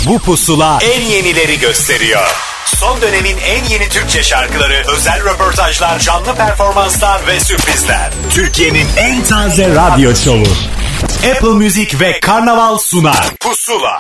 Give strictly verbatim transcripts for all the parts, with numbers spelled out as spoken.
Bu pusula en yenileri gösteriyor. Son dönemin en yeni Türkçe şarkıları, özel röportajlar, canlı performanslar ve sürprizler. Türkiye'nin en taze radyo şovu. Apple Music ve Karnaval sunar. Pusula.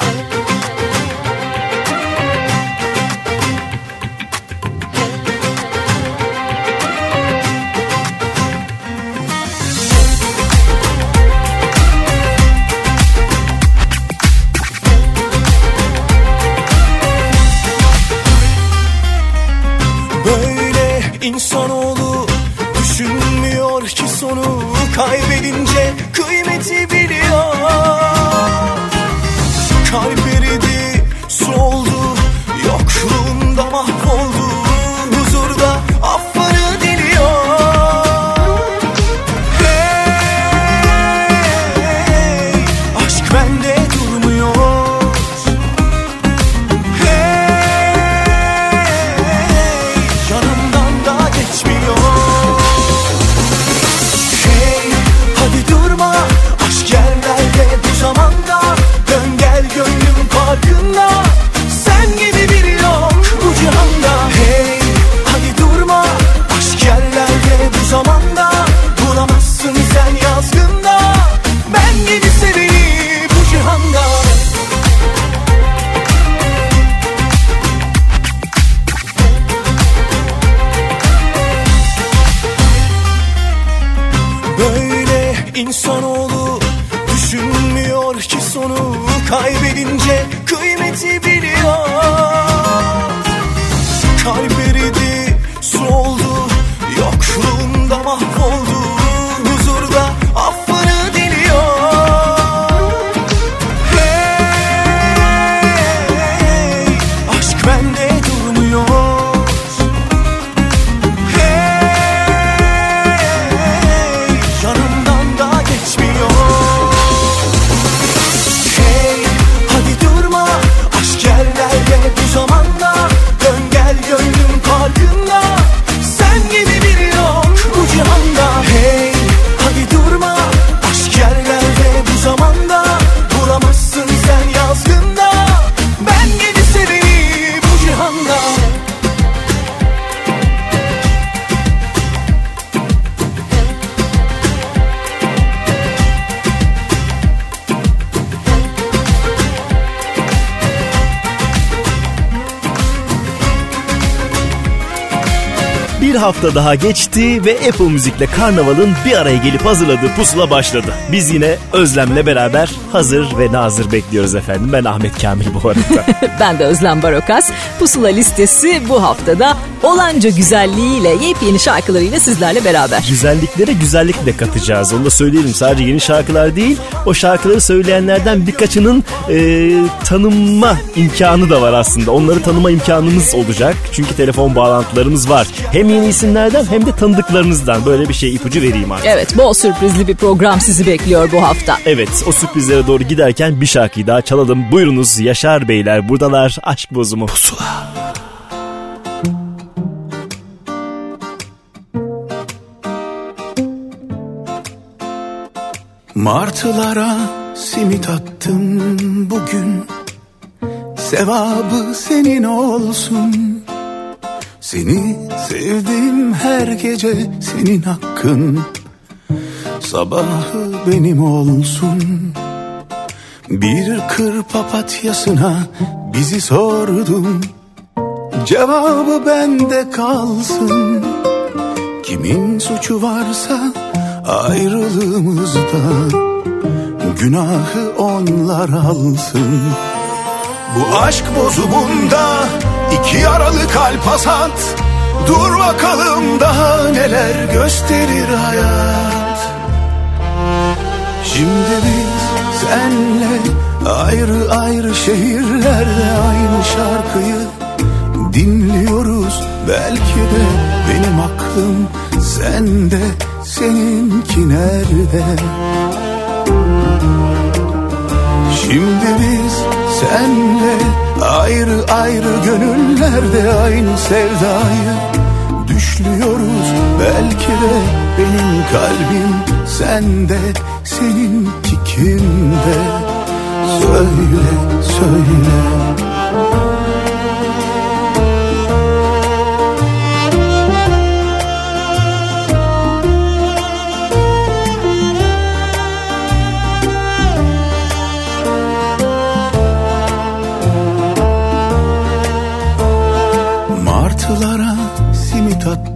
İnsanoğlu düşünmüyor ki sonu kaybedince kıymeti biliyor. Kalp eridi, su oldu, yokluğunda mahvoldu, huzurda affını diliyor. Hey, aşk bende durmuyor. Sen gibi biri yok bu cihanda. Hey, hadi durma, aşk yerlerde bu zamanda. Bulamazsın sen yazgında ben gibi seveni bu cihanda. Böyle insanoğlu düşünmüyor ki sonu kaybedince kıymeti biliyor. Kalp eridi, su oldu, yokluğunda mahvoldu, huzurda affını diliyor. Hey, aşk bende durmuyor. Hey, yanımdan da geçmiyor. Bu zamanda dön gel gönlüm farkında. Sen gibi biri yok bu cihanda. Hey, hadi durma, aşk yerlerde bu zamanda. Bulamazsın sen yazgında ben gibi seveni bu cihanda. Bir hafta daha geçti ve Apple Müzik'le Karnaval'ın bir araya gelip hazırladığı pusula başladı. Biz yine Özlem'le beraber hazır ve nazır bekliyoruz efendim. Ben Ahmet Kamil bu arada. Ben de Özlem Barokas. Pusula listesi bu haftada olanca güzelliğiyle, yepyeni şarkılarıyla sizlerle beraber. Güzelliklere güzellik de katacağız. Onu da söyleyelim. Sadece yeni şarkılar değil, o şarkıları söyleyenlerden birkaçının e, tanınma imkanı da var aslında. Onları tanıma imkanımız olacak. Çünkü telefon bağlantılarımız var. Hem yeni isimlerden hem de tanıdıklarınızdan, böyle bir şey ipucu vereyim artık. Evet, bol sürprizli bir program sizi bekliyor bu hafta. Evet, o sürprizlere doğru giderken bir şarkıyı daha çalalım. Buyurunuz Yaşar Beyler, buradalar. Aşk Bozumu. Pusula. Martılara simit attım bugün, sevabı senin olsun. Seni sevdim her gece, senin hakkın, sabahı benim olsun. Bir kır papatyasına bizi sordum, cevabı bende kalsın. Kimin suçu varsa ayrılığımızda, günahı onlar alsın. Bu aşk bozumunda iki yaralı kalp hasat. Dur bakalım daha neler gösterir hayat. Şimdi biz senle ayrı ayrı şehirlerde aynı şarkıyı dinliyoruz. Belki de benim aklım sende, seninki nerede? Şimdi biz senle ayrı ayrı gönüllerde aynı sevdayı düşlüyoruz. Belki de benim kalbim sende, seninki kimde? Söyle, söyle.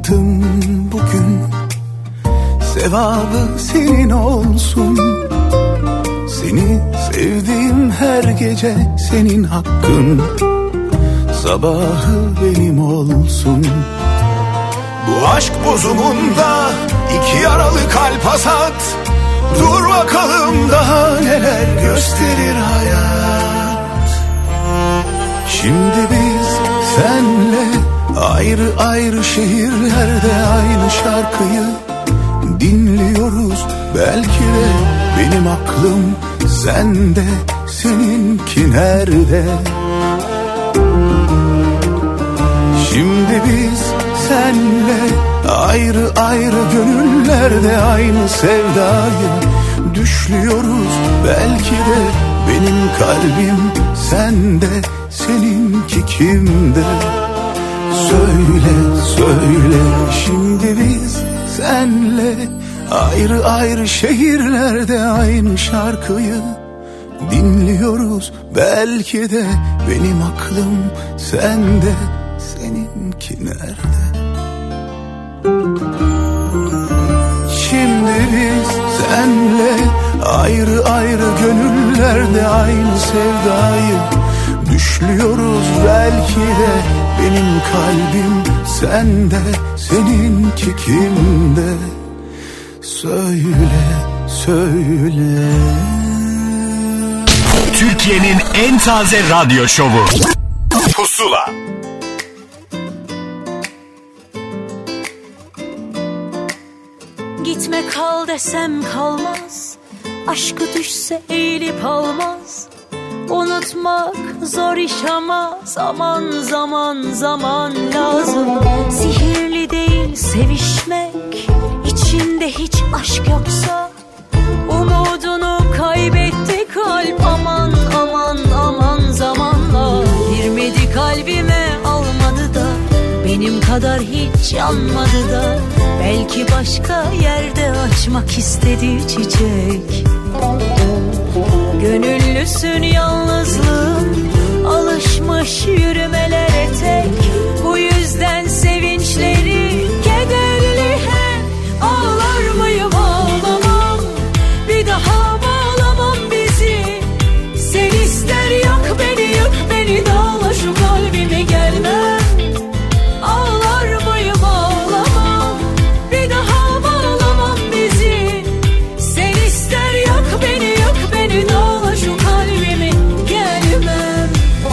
yaptım bugün, sevabı senin olsun. Seni sevdiğim her gece senin hakkın, sabahı benim olsun. Bu aşk bozumunda iki yaralı kalp hasat. Dur bakalım daha neler gösterir hayat. Şimdi biz senle ayrı ayrı şehirlerde aynı şarkıyı dinliyoruz. Belki de benim aklım sende, seninki nerede? Şimdi biz senle ayrı ayrı gönüllerde aynı sevdayı düşlüyoruz. Belki de benim kalbim sende, seninki kimde? Söyle söyle, şimdi biz senle ayrı ayrı şehirlerde aynı şarkıyı dinliyoruz. Belki de benim aklım sende, seninki nerede? Şimdi biz senle ayrı ayrı gönüllerde aynı sevdayı düşlüyoruz. Belki de benim kalbim sende, seninki kimde? Söyle söyle. Türkiye'nin en taze radyo şovu Pusula. Gitme kal desem kalmaz, aşkı düşse eğilip almaz. Unutmak zor iş ama zaman zaman zaman lazım. Sihirli değil sevişmek, içinde hiç aşk yoksa. Umudunu kaybetti kalp, aman aman aman zamanla. Girmedi kalbime almadı da, benim kadar hiç yanmadı da. Belki başka yerde açmak istedi çiçek. Gönüllüsün yalnızlığın, alışmış yürümelere tek. Bu yüzden sevinçleri kederli hep. Ağlar mıyım ağlamam, bir daha bağlamam bizi. Sen ister yak beni, yık beni, dağla şu kalbimi, gelmem. Ağlar mıyım ağlamam, bir daha bağlamam bizi. Sen ister yak beni, yık beni, dağla şu kalbimi, gelmem.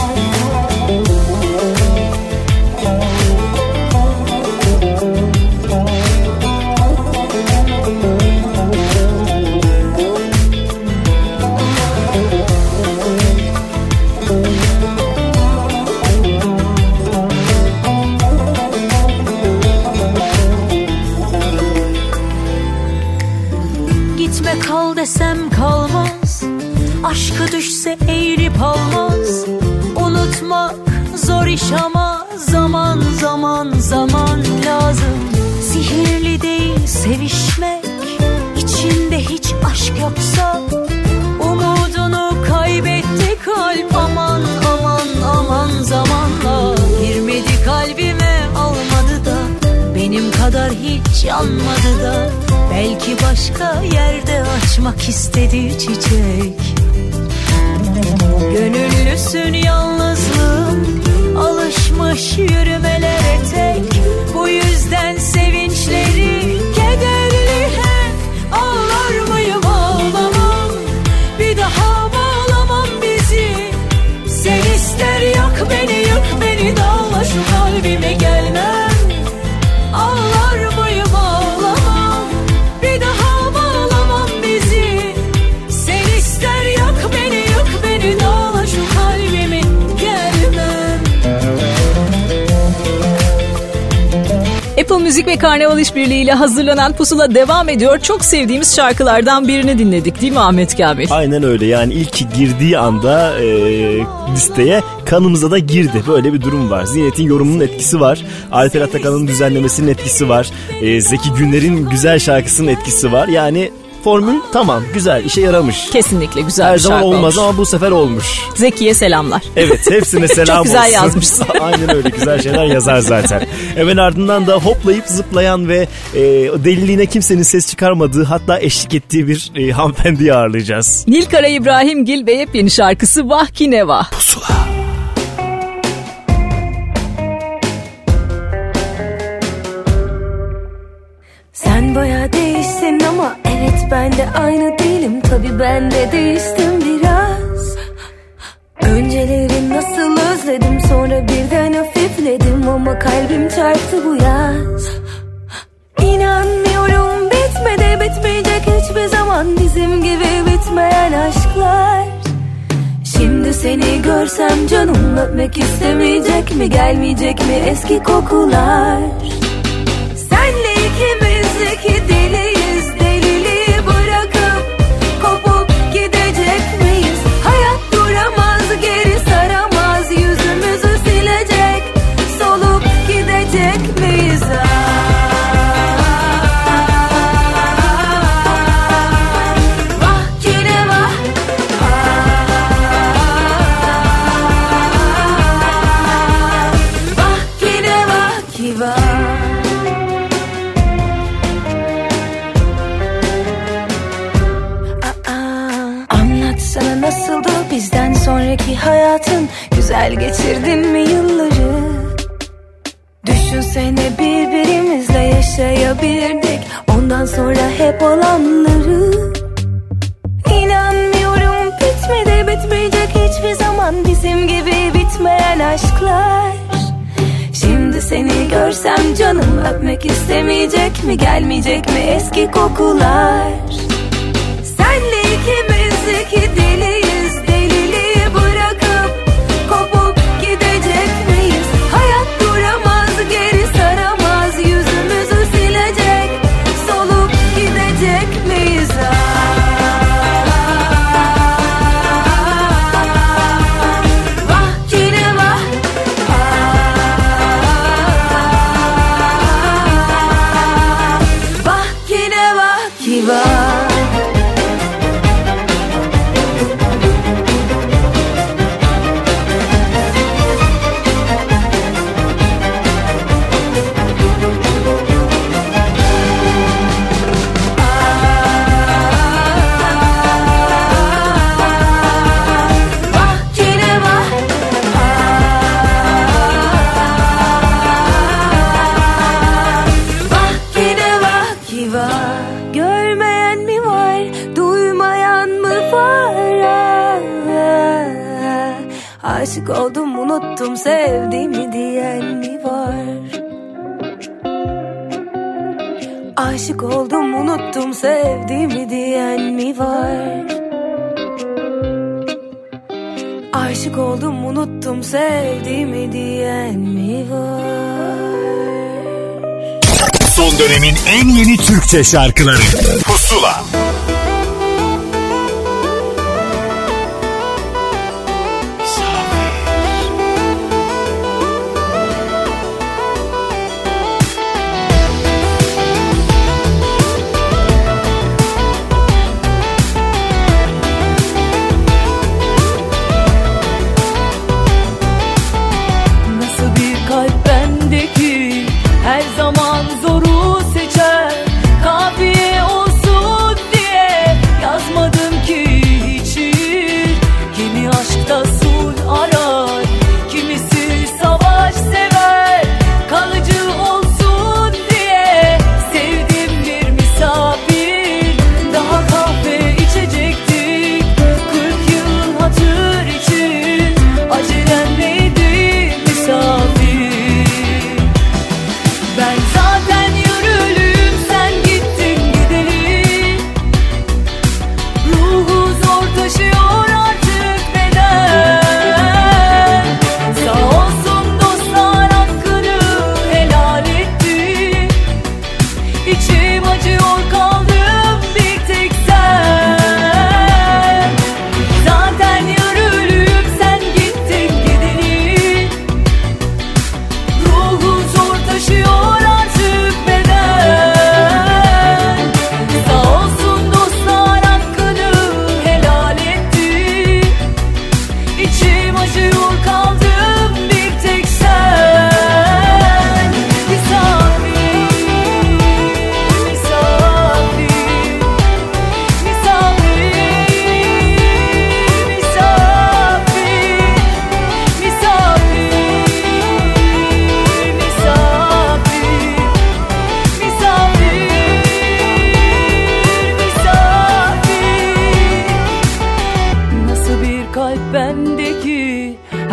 Gitme kal desem kalmaz, aşkı düşse eğilip almaz. Unutmak zor iş ama zaman zaman zaman lazım. Sihirli değil sevişmek, içinde hiç aşk yoksa. Umudunu kaybetti kalp, aman aman aman zamanla. Girmedi kalbime almadı da, benim kadar hiç yanmadı da. Belki başka yerde açmak istedi çiçek. Gönüllüsün yalnızlığın, alışmış yürümelere tek. Bu yüzden sevinçleri kederli hep. Ağlar mıyım ağlamam, bir daha bağlamam bizi. Sen ister yak beni, yık beni, dağla şu kalbime, gelmem. Ağlar mıyım ağlamam, bir daha bağlamam bizi. Sen ister yak beni, yık beni, dağla şu kalbimi, gelmem. Apple Müzik ve Karnaval İşbirliği ile hazırlanan Pusula devam ediyor. Çok sevdiğimiz şarkılardan birini dinledik değil mi Ahmet Kamil? Aynen öyle, yani ilk girdiği anda e, listeye kanımıza da girdi. Böyle bir durum var. Zinet'in yorumunun etkisi var. Alper Atakan'ın düzenlemesinin etkisi var. E, Zeki Günler'in güzel şarkısının etkisi var. Yani formül tamam, güzel, işe yaramış. Kesinlikle güzel Her bir zaman şarkı olmaz olmuş. ama bu sefer olmuş. Zeki'ye selamlar. Evet, hepsine selam Çok güzel olsun. yazmışsın. Aynen öyle, güzel şeyler yazar zaten. Hemen ardından da hoplayıp zıplayan ve e, deliliğine kimsenin ses çıkarmadığı, hatta eşlik ettiği bir e, hanımefendiyi ağırlayacağız. Nilkara İbrahimgil ve yepyeni şarkısı Vah Ki Ne Vah. Pusula. Sen bayağı değiştin ama evet ben de aynı değilim. Tabii ben de değiştim biraz. Önceleri nasıl özledim, sonra birden hafifledim ama kalbim çarptı bu yaz. İnanmıyorum, bitmedi, bitmeyecek hiçbir zaman bizim gibi bitmeyen aşklar. Şimdi seni görsem canım öpmek istemeyecek mi, gelmeyecek mi eski kokular? Senle ikimiz iki deliyiz, deliliği bırakıp kopup gidecek miyiz? Hayat duramaz, geri saramaz, yüzümüzü silecek, solup gidecek miyiz? Anlatsana nasıldı bizden sonraki hayatın, güzel geçirdin mi yılları? Düşünsene birbirimizle yaşayabilirdik ondan sonra hep olanları. İnanmıyorum, bitmedi, bitmeyecek hiçbir zaman bizim gibi bitmeyen aşklar. Şimdi seni görsem canım öpmek istemeyecek mi, gelmeyecek mi eski kokular? Senle ikimiz iki deliyiz, deliliği bırakıp kopup gidecek miyiz? Hayat duramaz, geri saramaz, yüzümüzü silecek, solup gidecek miyiz? Vah ki ne vah. Vah ki ne vah ki vah. Görmeyen mi var, duymayan mı var? Aşık oldum, unuttum sevdiğimi diyen mi var? Aşık oldum, unuttum sevdiğimi diyen mi var? Aşık oldum, unuttum sevdiğimi diyen mi var? Son dönemin en yeni Türkçe şarkıları Pusula. Nasıl bir kalp bendeki her zaman zoru seçer, kafiye o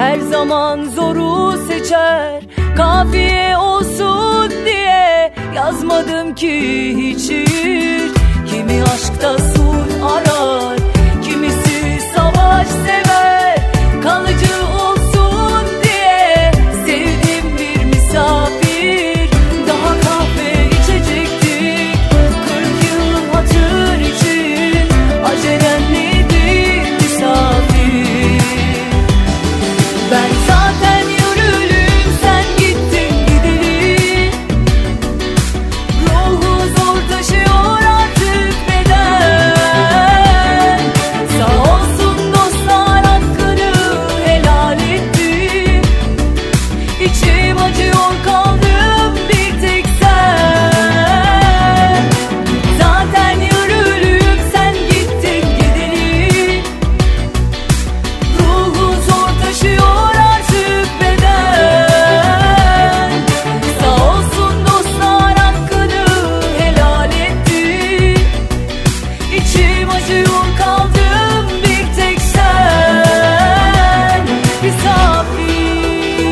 her zaman zoru seçer. Kafiye olsun diye yazmadım ki hiç şiir. Kimi aşkta sulh arar, kimisi savaş sever. Kalıcı olsun diye sevdim bir misafir. Daha kahve içecektik, kırk yıl hatır için. Acelen nedir misafir? Ben zaten yürürüm, sen gittin gideli. Ruhu zor taşıyor artık beden. Sağ olsun dostlar hakkını helal etti. İçim acıyor kaldım bir tek sen. Zaten yürürüm, sen gittin gideli. Ruhu zor taşıyor artık beden. Sağ olsun dostlar hakkını helal etti. İçim acıyor kaldım bir tek sen. Misafir,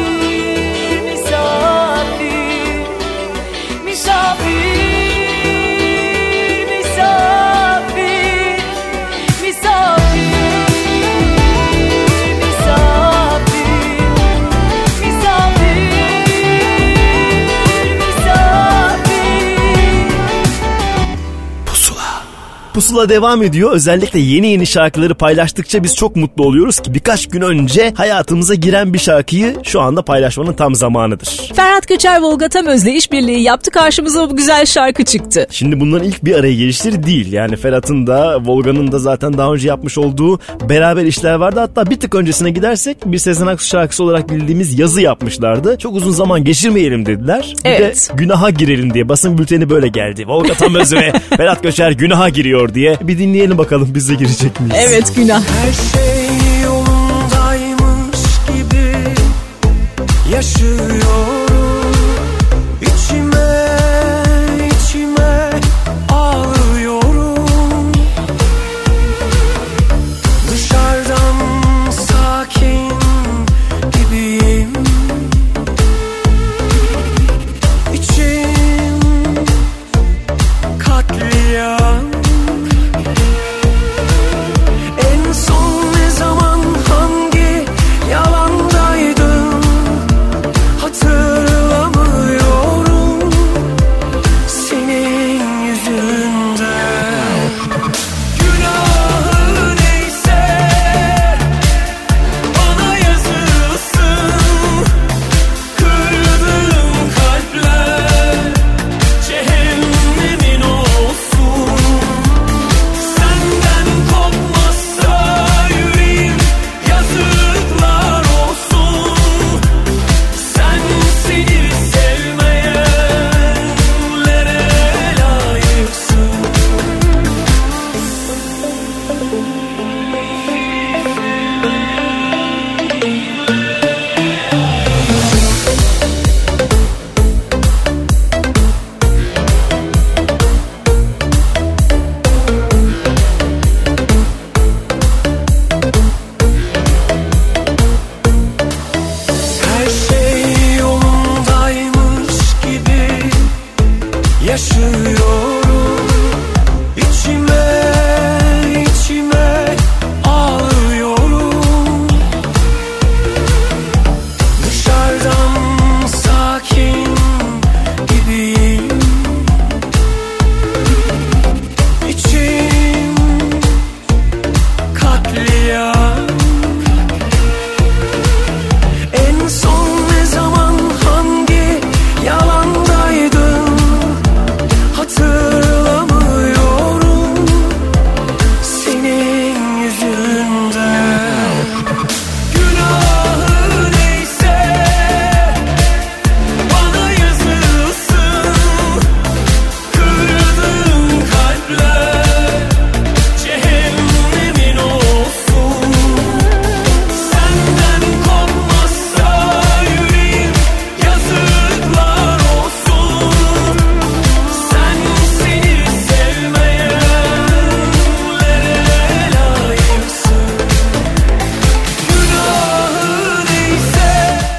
misafir, misafir, misafir, misafir, misafir, misafir. Pusula devam ediyor. Özellikle yeni yeni şarkıları paylaştıkça biz çok mutlu oluyoruz ki birkaç gün önce hayatımıza giren bir şarkıyı şu anda paylaşmanın tam zamanıdır. Ferhat Göçer, Volga Tamöz'le işbirliği yaptı. Karşımıza bu güzel şarkı çıktı. Şimdi bunların ilk bir araya gelişleri değil. Yani Ferhat'ın da Volga'nın da zaten daha önce yapmış olduğu beraber işler vardı. Hatta bir tık öncesine gidersek bir Sezen Aksu şarkısı olarak bildiğimiz Yazı yapmışlardı. Çok uzun zaman geçirmeyelim dediler. Bir Evet. de günaha girelim diye basın bülteni böyle geldi. Volga Tamöz ve Ferhat Göçer günaha giriyor diye. Bir dinleyelim bakalım biz de girecek miyiz? Evet, günah. Her şey yolundaymış gibi yaşıyorum. İçime içime ağlıyorum. Dışarıdan sakin gibiyim. İçim katliam. En son ne zaman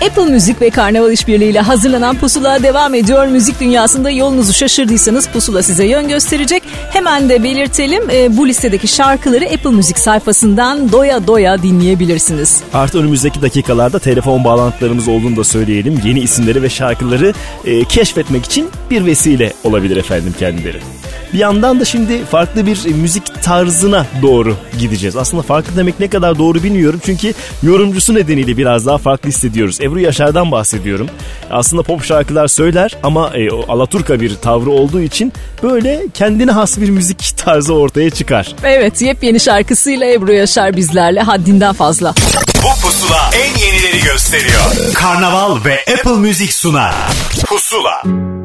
Apple Müzik ve Karnaval İşbirliği ile hazırlanan Pusula devam ediyor. Müzik dünyasında yolunuzu şaşırdıysanız Pusula size yön gösterecek. Hemen de belirtelim, e, bu listedeki şarkıları Apple Müzik sayfasından doya doya dinleyebilirsiniz. Artı önümüzdeki dakikalarda telefon bağlantılarımız olduğunu da söyleyelim. Yeni isimleri ve şarkıları e, keşfetmek için bir vesile olabilir efendim kendileri. Bir yandan da şimdi farklı bir müzik tarzına doğru gideceğiz. Aslında farklı demek ne kadar doğru bilmiyorum. Çünkü yorumcusu nedeniyle biraz daha farklı hissediyoruz. Ebru Yaşar'dan bahsediyorum. Aslında pop şarkılar söyler ama e, alaturka bir tavrı olduğu için böyle kendine has bir müzik tarzı ortaya çıkar. Evet, yepyeni şarkısıyla Ebru Yaşar bizlerle, haddinden fazla. Bu pusula en yenileri gösteriyor. Karnaval ve Apple Müzik sunar. Pusula.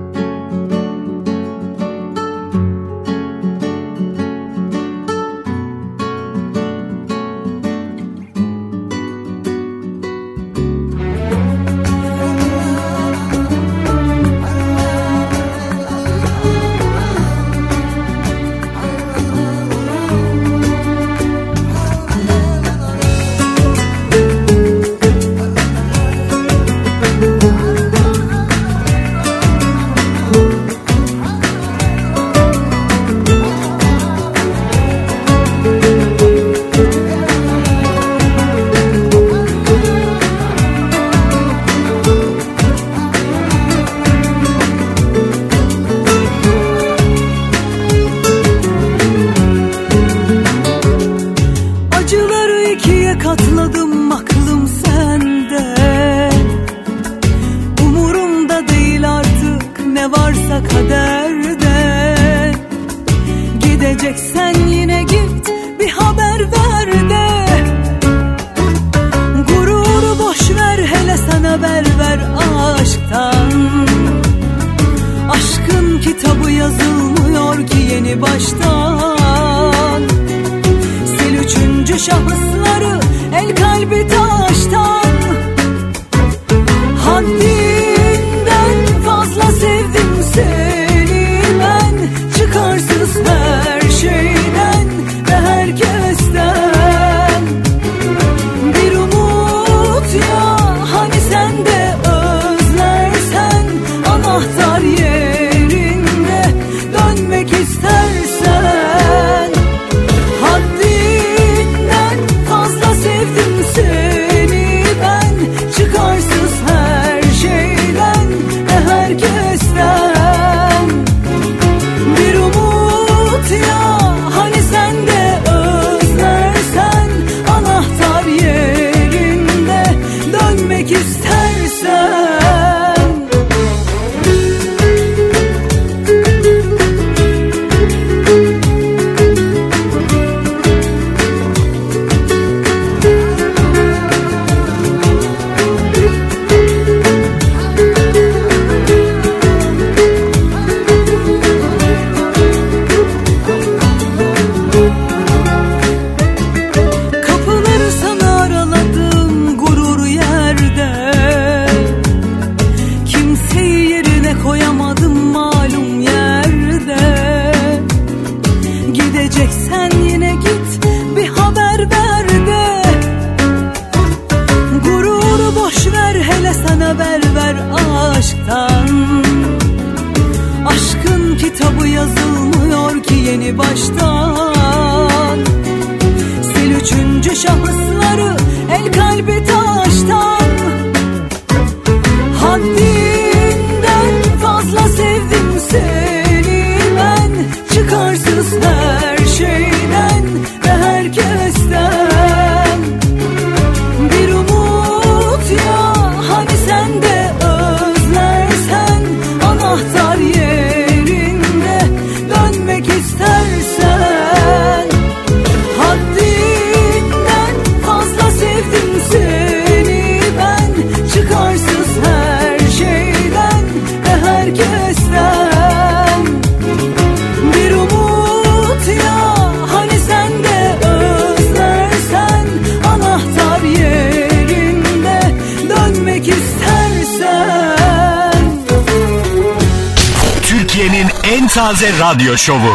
Taze radyo şovu.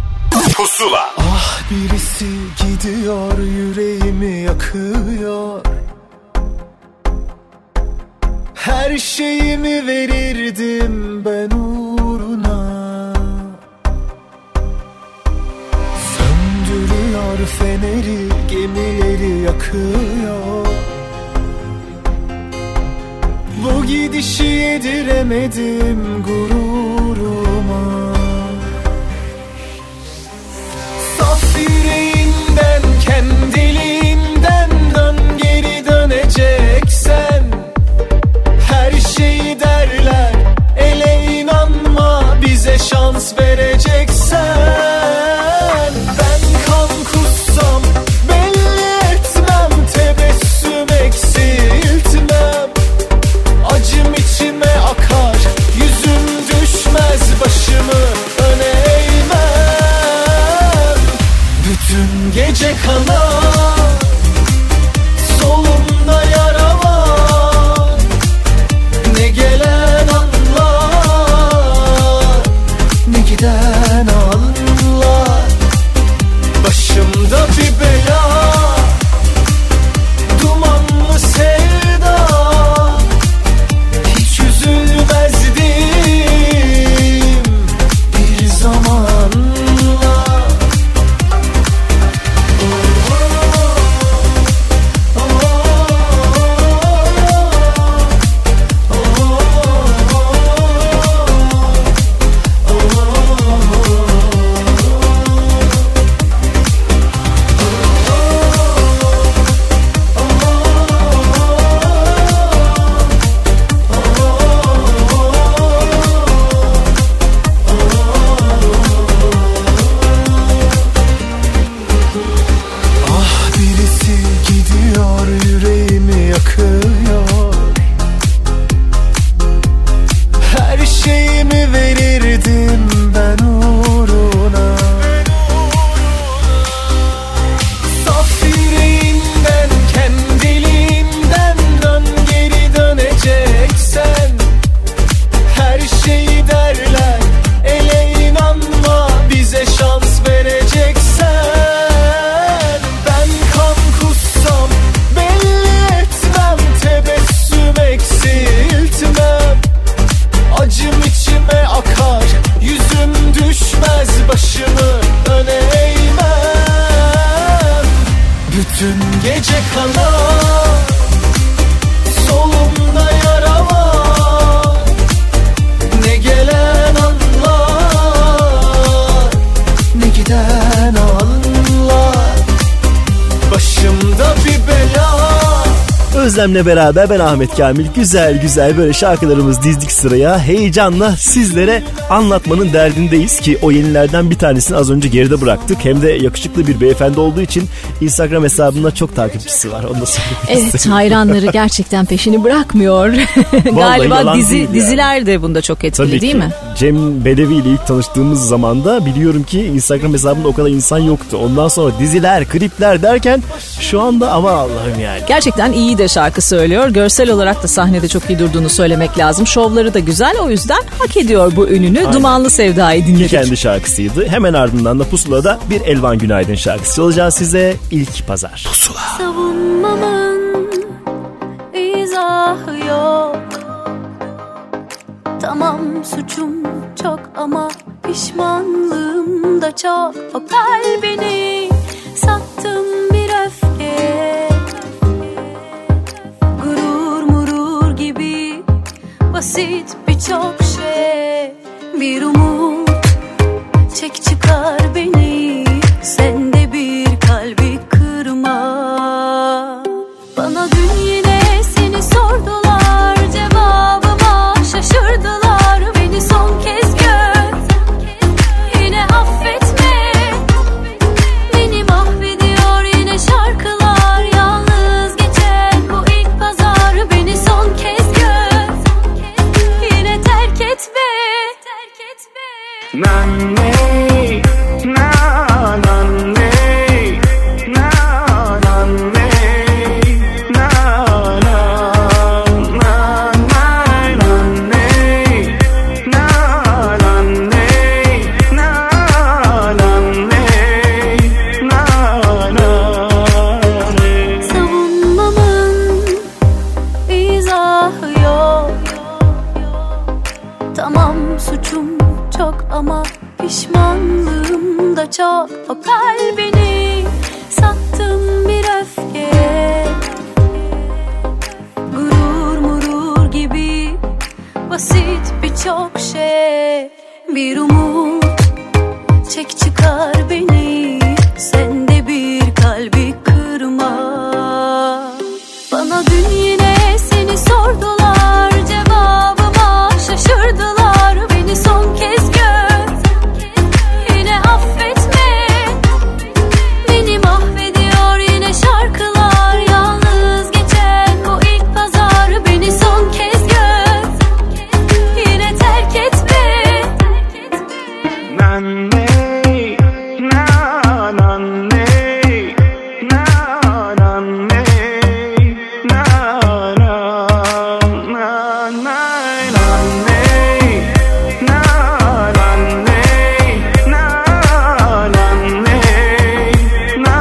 Pusula. Ah, birisi gidiyor, yüreğimi yakıyor. Her şeyimi verirdim ben uğruna. Söndürüyor feneri, gemileri yakıyor. Bu gidişi yediremedim gururuma. Saf yüreğinden, kendiliğinden dön, geri döneceksen. Her şeyi derler, ele inanma, bize şans vereceksen. Ben kan kussam belli etmem, tebessüm eksiltmem. Acım içime akar, yüzüm düşmez, başımı öne eğmem. Bütün gece kanar, solumda yara var. Ne gelen anlar, ne giden anlar. Başımda bir bela, dumanlı sevda. Hiç üzülmezdim bir zamanla. Ah, birisi gidiyor, yüreğimi yakıyor. Her şeyimi verirdim ben uğruna. Saf yüreğinden, kendiliğinden dön, geri döneceksen. Her şeyi derler, ele inanma, bize şans vereceksen. Ben kan kussam belli etmem, tebessüm eksiltmem. Acım içime akar, yüzüm düşmez, başımı öne eğmem. Bütün gece kanar, solumda yara var. Ne gelen anlar, ne giden anlar. Başımda bir bela. Özlem'le beraber ben Ahmet Kamil güzel güzel böyle şarkılarımızı dizdik sıraya. Heyecanla sizlere anlatmanın derdindeyiz ki o yenilerden bir tanesini az önce geride bıraktık. Hem de yakışıklı bir beyefendi olduğu için Instagram hesabında çok takipçisi var. Onu da söylemek Evet, istedim. hayranları gerçekten peşini bırakmıyor. Galiba yalan dizi değil yani. diziler de bunda çok etkili, Tabii değil ki. mi? Cem Belevi ile ilk tanıştığımız zaman da biliyorum ki Instagram hesabında o kadar insan yoktu. Ondan sonra diziler, klipler derken şu anda ama Allah'ım yani. Gerçekten iyi de şarkı söylüyor. Görsel olarak da sahnede çok iyi durduğunu söylemek lazım. Şovları da güzel, o yüzden hak ediyor bu ününü. Aynen. Dumanlı Sevda'yı dinledik. Kendi şarkısıydı. Hemen ardından da Pusula'da bir Elvan Günaydın şarkısı olacağız size. İlk pazar. Pusula. Savunmamın izahı yok. Tamam, suçum çok ama pişmanlığım da çok. O kalbini sattım bir öfke. Gurur murur gibi basit birçok şey. Bir umut çek çıkar beni, sen de bir kalbi kırma. Bana dün yine seni sordular, cevabıma şaşırdılar. Beni son kez gör, yine affetme. Beni mahvediyor yine şarkılar, yalnız geçen bu ilk pazar. Beni son kez gör, yine terk etme. Nanne, na nanne, na nanne, na na na nanne, na nanne, na nanne, na nanne. Savunmamın izahı yok. Tamam suçum çok ama pişmanlığım da çok. O kalbini sattım bir öfkeye, gurur murur gibi basit birçok şey. Bir umut çek çıkar beni, sen de bir kalbi kırma. Bana dün yine seni sordular, cevabıma şaşırdılar. Beni son kez gör, yine affetme. Beni mahvediyor yine şarkılar, yalnız geçen bu ilk pazar. Beni son kez gör, yine terk etme. Nanne, na nanne, na nanne, na na na na nanne, na nanne, na nanne, na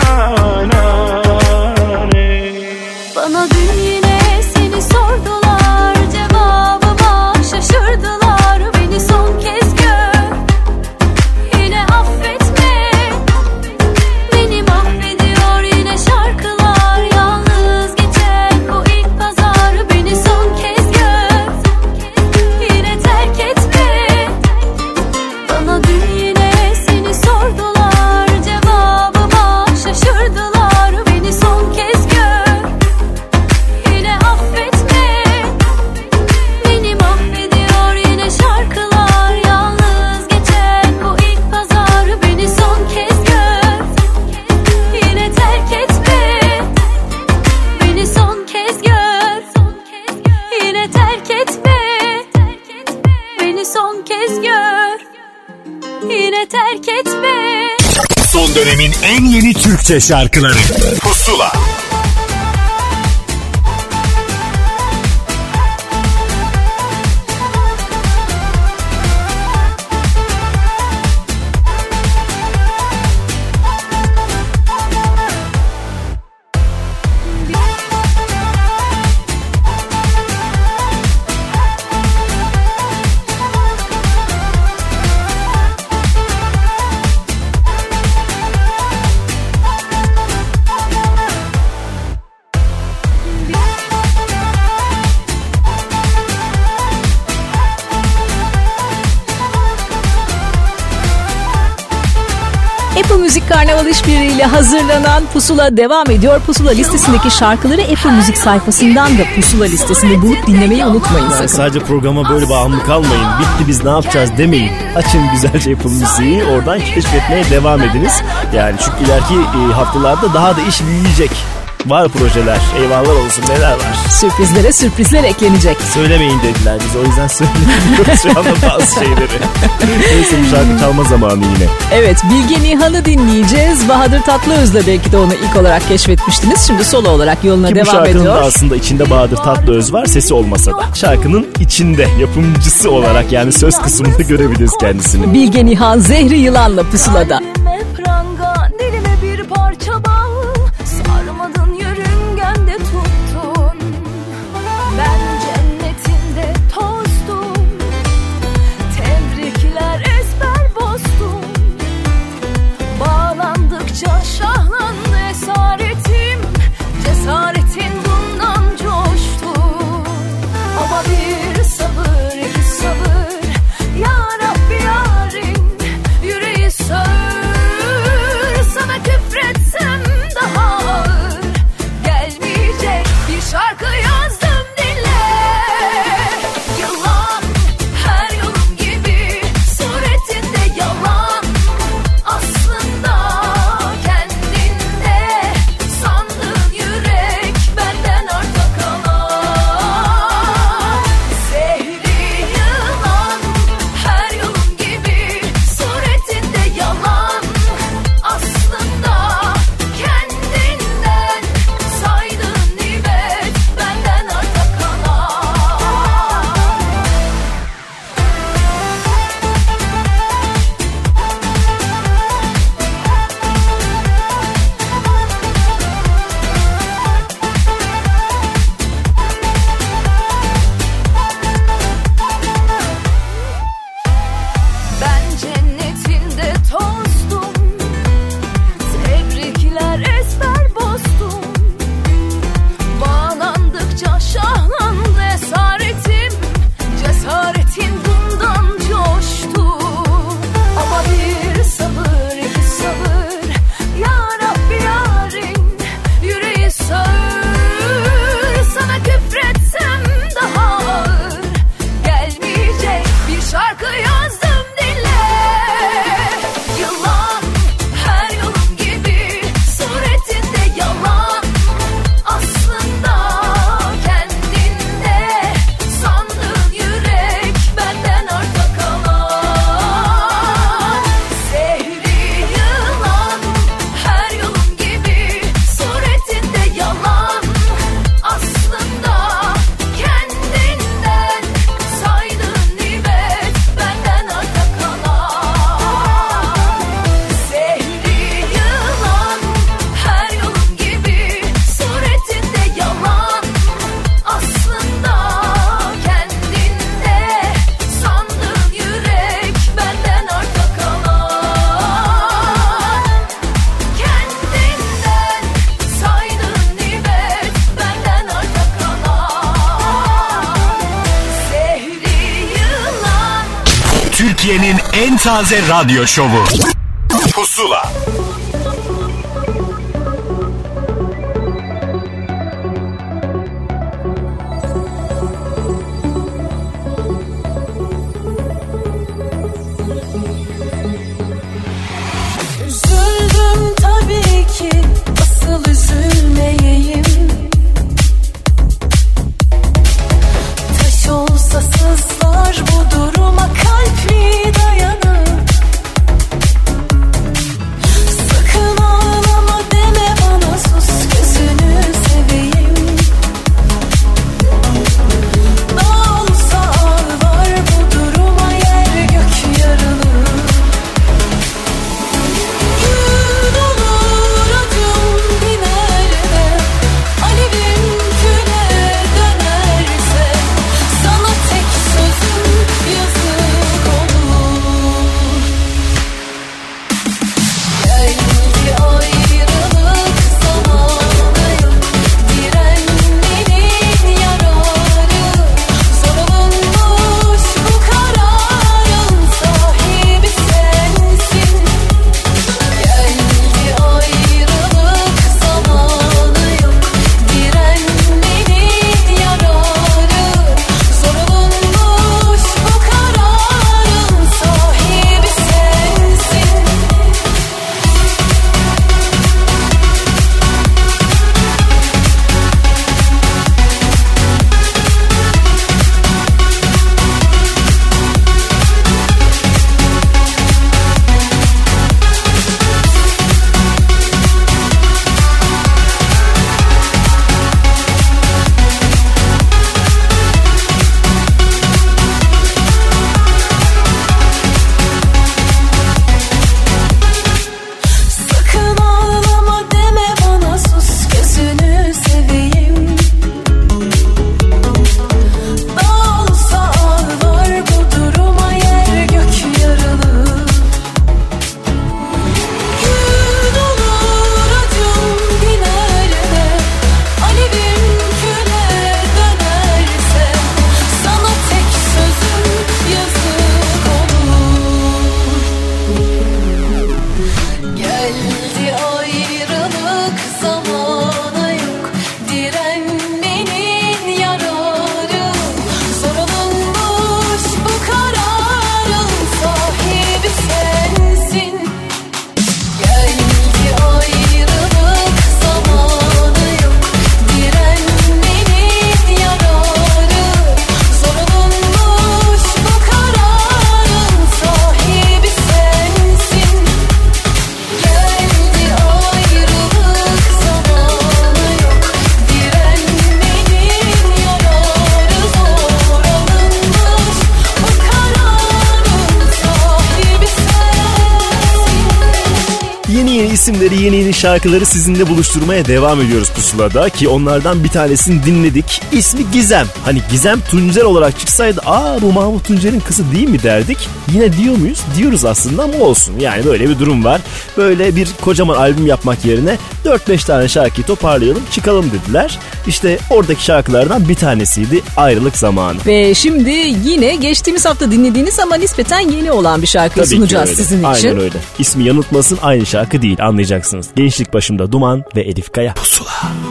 nanne. Bana dün yine seni sordular, cevabıma şaşırdılar. Beni son kez gör, yine affetme. Beni mahvediyor yine şarkılar, yalnız geçen bu ilk pazar. Beni son kez gör, yine terk etme. Bana dün yine seni sordular, cevabıma şaşırdılar. Beni son kez gör, yine affetme. Beni mahvediyor yine şarkılar, yalnız geçen bu ilk pazar. Beni son kez gör, yine terk etme. Beni son kez gör, yine terk etme. Beni son kez gör, yine terk etme. Son dönemin en yeni Türkçe şarkıları Pusula. Apple Müzik Karnaval işbirliğiyle hazırlanan Pusula devam ediyor. Pusula listesindeki şarkıları Apple Müzik sayfasından da Pusula listesini bulup dinlemeyi unutmayın sakın. Sadece programa böyle bağımlı kalmayın. Bitti biz ne yapacağız demeyin. Açın güzelce Apple Müziği, oradan keşfetmeye devam ediniz. Yani çünkü ileriki haftalarda daha da iş büyüyecek. Var projeler. Eyvallah olsun, neler var. Sürprizlere sürprizler eklenecek. Söylemeyin dediler biz. O yüzden söylemiyoruz şu anda bazı şeyleri. Neyse, bu şarkı çalma zamanı yine. Evet, Bilge Nihan'ı dinleyeceğiz. Bahadır Tatlıöz'le belki de onu ilk olarak keşfetmiştiniz. Şimdi solo olarak yoluna Ki devam ediyor. bu şarkının da aslında içinde Bahadır Tatlıöz var. Sesi olmasa da şarkının içinde yapımcısı olarak, yani söz kısmında görebiliriz kendisini. Bilge Nihan Zehri Yılan'la Pusula'da. Dilime pranga, dilime bir parça bal. Sarmadın yörüngende tuttun. Ben cennetinde tozdum. Tebrikler ezber bozdum. Bağlandıkça şahlandı esaretim. Cesaretin bundan coştu. Ama bir sabır, iki sabır. Ya Rabbi yarim yüreği sör. Türkiye'nin en taze radyo şovu. Pusula. Üzüldüm tabii ki, asıl üzülmeyeyim. Taş olsa sızlar bu duruma, kalp mi dayanır? Sakın ağlama deme bana, sus gözünü seveyim. Dağ olsa ağlar bu duruma, yer gök yarılır. Gün olur acım dinerde, alevim küle dönerse, sana tek sözüm yazık olur. Geldi ayrılık zamanı, direnmenin yararı, zor olunmuş bu kararın sahibi sensin. Geldi ayrılık zamanı, direnmenin yararı, zor olunmuş bu kararın sahibi sensin. Sakın ağlama deme bana, sus gözünü seveyim. Dağ olsa ağlar bu duruma, yer gök yarılır. Gün olur acım dinerde, alevim küle dönerse, sana tek sözüm yazık olur. Geldi ayrılık zamanı, yok direnmenin yararı, zor olunmuş bu kararın sahibi sensin. Geldi ayrılık zamanı, yok direnmenin yararı, zor olunmuş bu kararın sahibi sensin. Geldi ayrılık zamanı, yok direnmenin yararı, zor olunmuş bu kararın sahibi sensin. Yeni yeni isimleri, yeni yeni şarkıları sizinle buluşturmaya devam ediyoruz Pusula'da ki onlardan bir tanesini dinledik. İsmi Gizem. Hani Gizem Tuncer olarak çıksaydı, aa bu Mahmut Tuncer'in kızı değil mi derdik. Yine diyor muyuz? Diyoruz aslında ama olsun. Yani böyle bir durum var. Böyle bir kocaman albüm yapmak yerine dört beş tane şarkıyı toparlayalım, çıkalım dediler. İşte oradaki şarkılardan bir tanesiydi Ayrılık Zamanı. Ve şimdi yine geçtiğimiz hafta dinlediğiniz ama nispeten yeni olan bir şarkıyı Tabii sunacağız ki öyle. sizin için. Aynen öyle. İsmi yanıltmasın, aynı şarkı değil, anlayacaksınız. Gençlik Başımda Duman ve Elif Kaya. Pusula.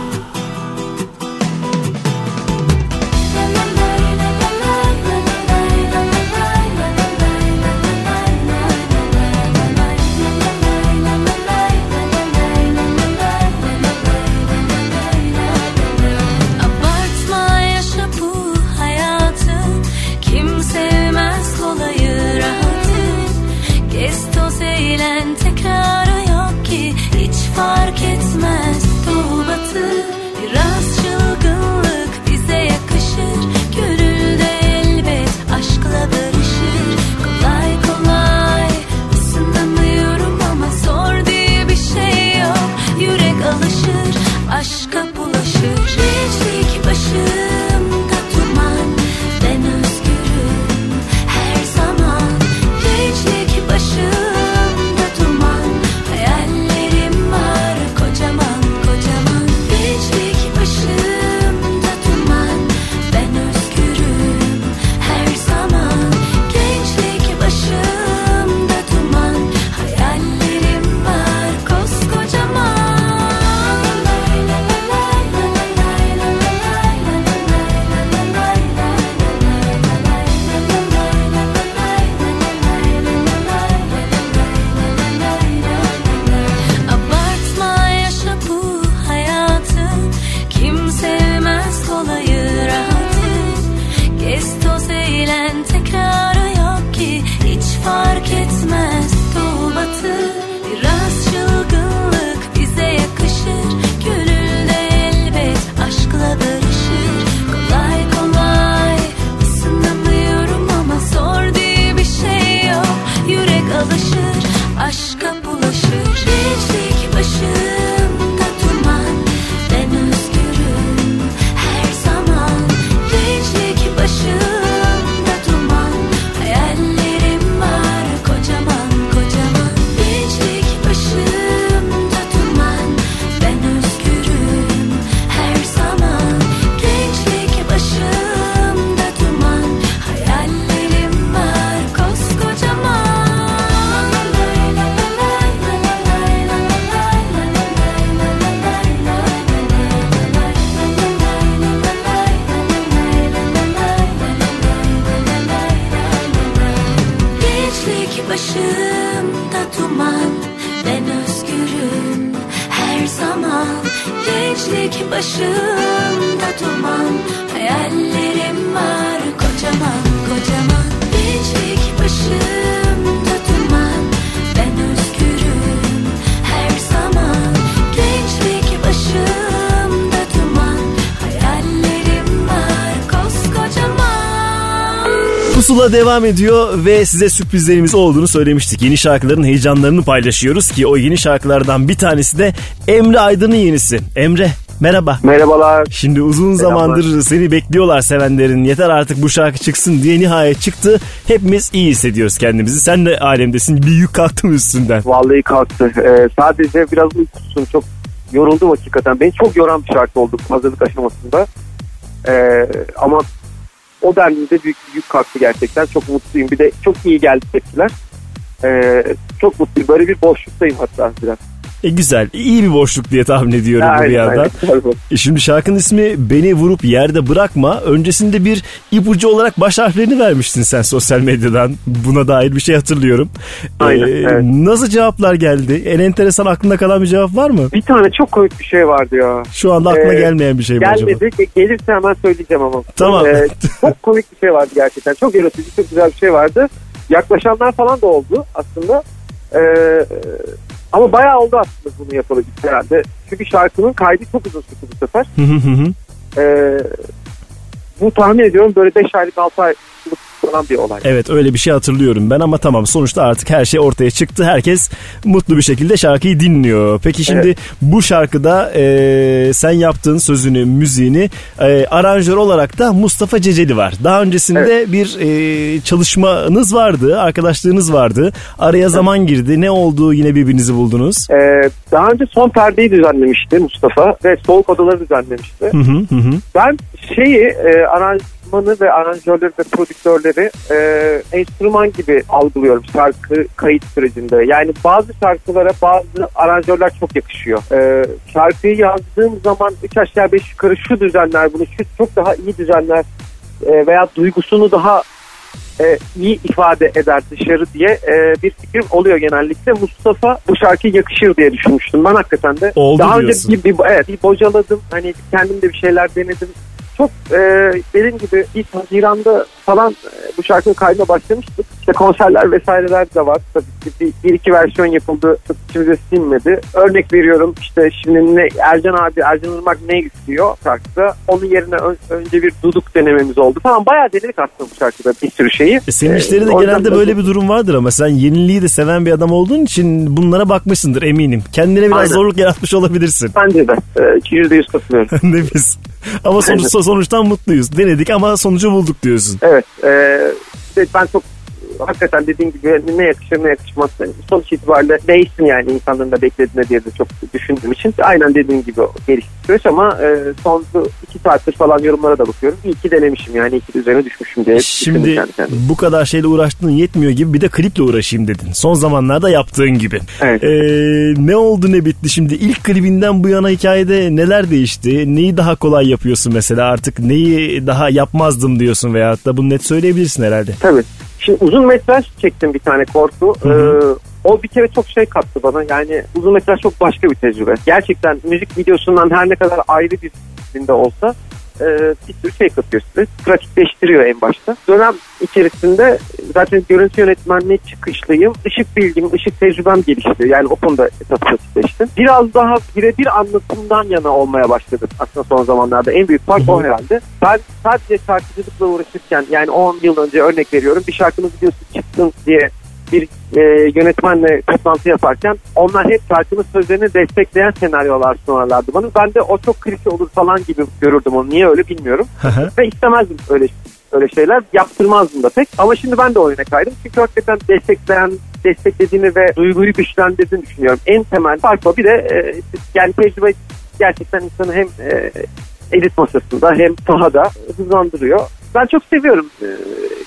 Abartma yaşa bu hayatı, kim sevmez kolayı rahatı. Gez toz eğlen, tekrarı yok ki, hiç fark etmez doğu batı. başımda duman, ben özgürüm her zaman. Gençlik başımda duman, hayallerim var kocaman kocaman. Gençlik başımda duman, ben özgürüm her zaman. Gençlik başımda duman, hayallerim var koskocaman. Pusula devam ediyor ve size sürprizlerimiz olduğunu söylemiştik. Yeni şarkıların heyecanlarını paylaşıyoruz ki o yeni şarkılardan bir tanesi de Emre Aydın'ın yenisi. Emre, merhaba. Merhabalar. Şimdi uzun Selamlar. zamandır seni bekliyorlar sevenlerin. Yeter artık bu şarkı çıksın diye nihayet çıktı. Hepimiz iyi hissediyoruz kendimizi. Sen de alemdesin. Bir yük kalktı mı üstünden? Vallahi kalktı. Ee, sadece biraz uykusuzum. Çok yoruldum hakikaten. Beni çok yoran bir şarkı oldu hazırlık aşamasında. Ee, ama o denli büyük bir yük kalktı gerçekten. Çok mutluyum. Bir de çok iyi geldi tepkiler. Ee, çok mutluyum. Böyle bir boşluktayım hatta biraz. E güzel. İyi bir boşluk diye tahmin ediyorum Aynen, bu bir yandan. aynen. E şimdi şarkının ismi Beni Vurup Yerde Bırakma. Öncesinde bir ipucu olarak baş harflerini vermiştin sen sosyal medyadan. Buna dair bir şey hatırlıyorum. Aynen, Ee, evet. Nasıl cevaplar geldi? En enteresan aklında kalan bir cevap var mı? Bir tane çok komik bir şey vardı ya. Şu anda aklına Ee, gelmeyen bir şey mi acaba? Gelmedi. Gelirse hemen söyleyeceğim ama. Tamam. Ee, çok komik bir şey vardı gerçekten. Çok yaratıcı, çok güzel bir şey vardı. Yaklaşanlar falan da oldu aslında. Ee, ama bayağı oldu aslında bunu yapalı herhalde. Çünkü şarkının kaydı çok uzun sürdü bu sefer. ee, bu tahmin ediyorum böyle beş aylık altı aylık falan bir olay. Evet, öyle bir şey hatırlıyorum ben ama tamam, sonuçta artık her şey ortaya çıktı. Herkes mutlu bir şekilde şarkıyı dinliyor. Peki şimdi evet, bu şarkıda e, sen yaptığın sözünü, müziğini e, aranjör olarak da Mustafa Ceceli var. Daha öncesinde evet, bir e, çalışmanız vardı, arkadaşlığınız vardı. Araya evet, zaman girdi. Ne oldu, yine birbirinizi buldunuz? Ee, daha önce Son Perde'yi düzenlemişti Mustafa ve Soğuk Odaları düzenlemişti. Hı hı hı. Ben şeyi e, aranjmanı ve aranjörleri ve prodüktörleri e, enstrüman gibi algılıyorum şarkı kayıt sürecinde. Yani bazı şarkılara bazı aranjörler çok yakışıyor. E, şarkıyı yazdığım zaman üç aşağı beş yukarı şu düzenler bunu, şu çok daha iyi düzenler e, veya duygusunu daha e, iyi ifade eder dışarı diye e, bir fikrim oluyor genellikle. Mustafa bu şarkıya yakışır diye düşünmüştüm. Ben hakikaten de oldu daha diyorsun. önce bir, bir, evet, bir bocaladım. Hani kendim de bir şeyler denedim. Çok e, dediğim gibi ilk Haziran'da falan e, bu şarkının kaydına başlamıştık. İşte konserler vesaireler de var. Tabii ki bir, bir iki versiyon yapıldı. Çok içimize sinmedi. Örnek veriyorum, işte şimdi ne, Ercan abi, Ercan Irmak ne istiyor şarkıda? Onun yerine ön, önce bir duduk denememiz oldu falan. Bayağı denedik aslında bu şarkıda bir sürü şeyi. E senin işlerinde ee, genelde böyle bir durum vardır ama sen yeniliği de seven bir adam olduğun için bunlara bakmışsındır eminim. Kendine biraz aynen, zorluk yaratmış olabilirsin. Bence de. yüzde yüz katılıyorum. Nefis. Ama sonuç, sonuçtan mutluyuz. Denedik ama sonucu bulduk diyorsun. Evet. E, işte ben çok hakikaten dediğim gibi ne yakışır ne yakışmaz. Sonuç itibariyle değişsin yani insanların da beklediğine diye de çok düşündüğüm için. Aynen dediğim gibi gelişti süreç ama e, son iki saattir falan yorumlara da bakıyorum. İyi ki denemişim yani, iyi ki üzerine düşmüşüm diye. Şimdi bu kadar şeyle uğraştığın yetmiyor gibi bir de kliple uğraşayım dedin. Son zamanlarda yaptığın gibi. Evet. Ee, ne oldu ne bitti şimdi? İlk klibinden bu yana hikayede neler değişti? Neyi daha kolay yapıyorsun mesela, artık neyi daha yapmazdım diyorsun veyahut da bunu net söyleyebilirsin herhalde. Tabii. Şimdi uzun metraj çektim bir tane, korku. Ee, o bir kere çok şey kattı bana. Yani uzun metraj çok başka bir tecrübe. Gerçekten müzik videosundan her ne kadar ayrı bir dilinde olsa e, bir sürü şey katıyor size. Pratikleştiriyor en başta. Dönem içerisinde zaten görüntü yönetmenliği çıkışlıyım. Işık bilgim, ışık tecrübem gelişti. Yani o konuda esas pratikleştim. Biraz daha birebir anlatımdan yana olmaya başladım aslında son zamanlarda. En büyük fark o herhalde. Ben sadece şarkıcılıkla uğraşırken, yani on yıl önce örnek veriyorum, bir şarkının videosu çıksın diye bir e, yönetmenle toplantı yaparken onlar hep şarkının sözlerini destekleyen senaryolar sunarlardı bana. Ben de o çok klişe olur falan gibi görürdüm onu. Niye öyle bilmiyorum. Ve istemezdim öyle öyle şeyler. Yaptırmazdım da pek. Ama şimdi ben de oyuna kaydım. Çünkü hakikaten destekleyen, desteklediğini ve duyguyu güçlendirdiğini düşünüyorum. En temel fark o. Bir de e, yani tecrübe gerçekten insanı hem e, edit masasında hem sahada hızlandırıyor. Ben çok seviyorum. Ee,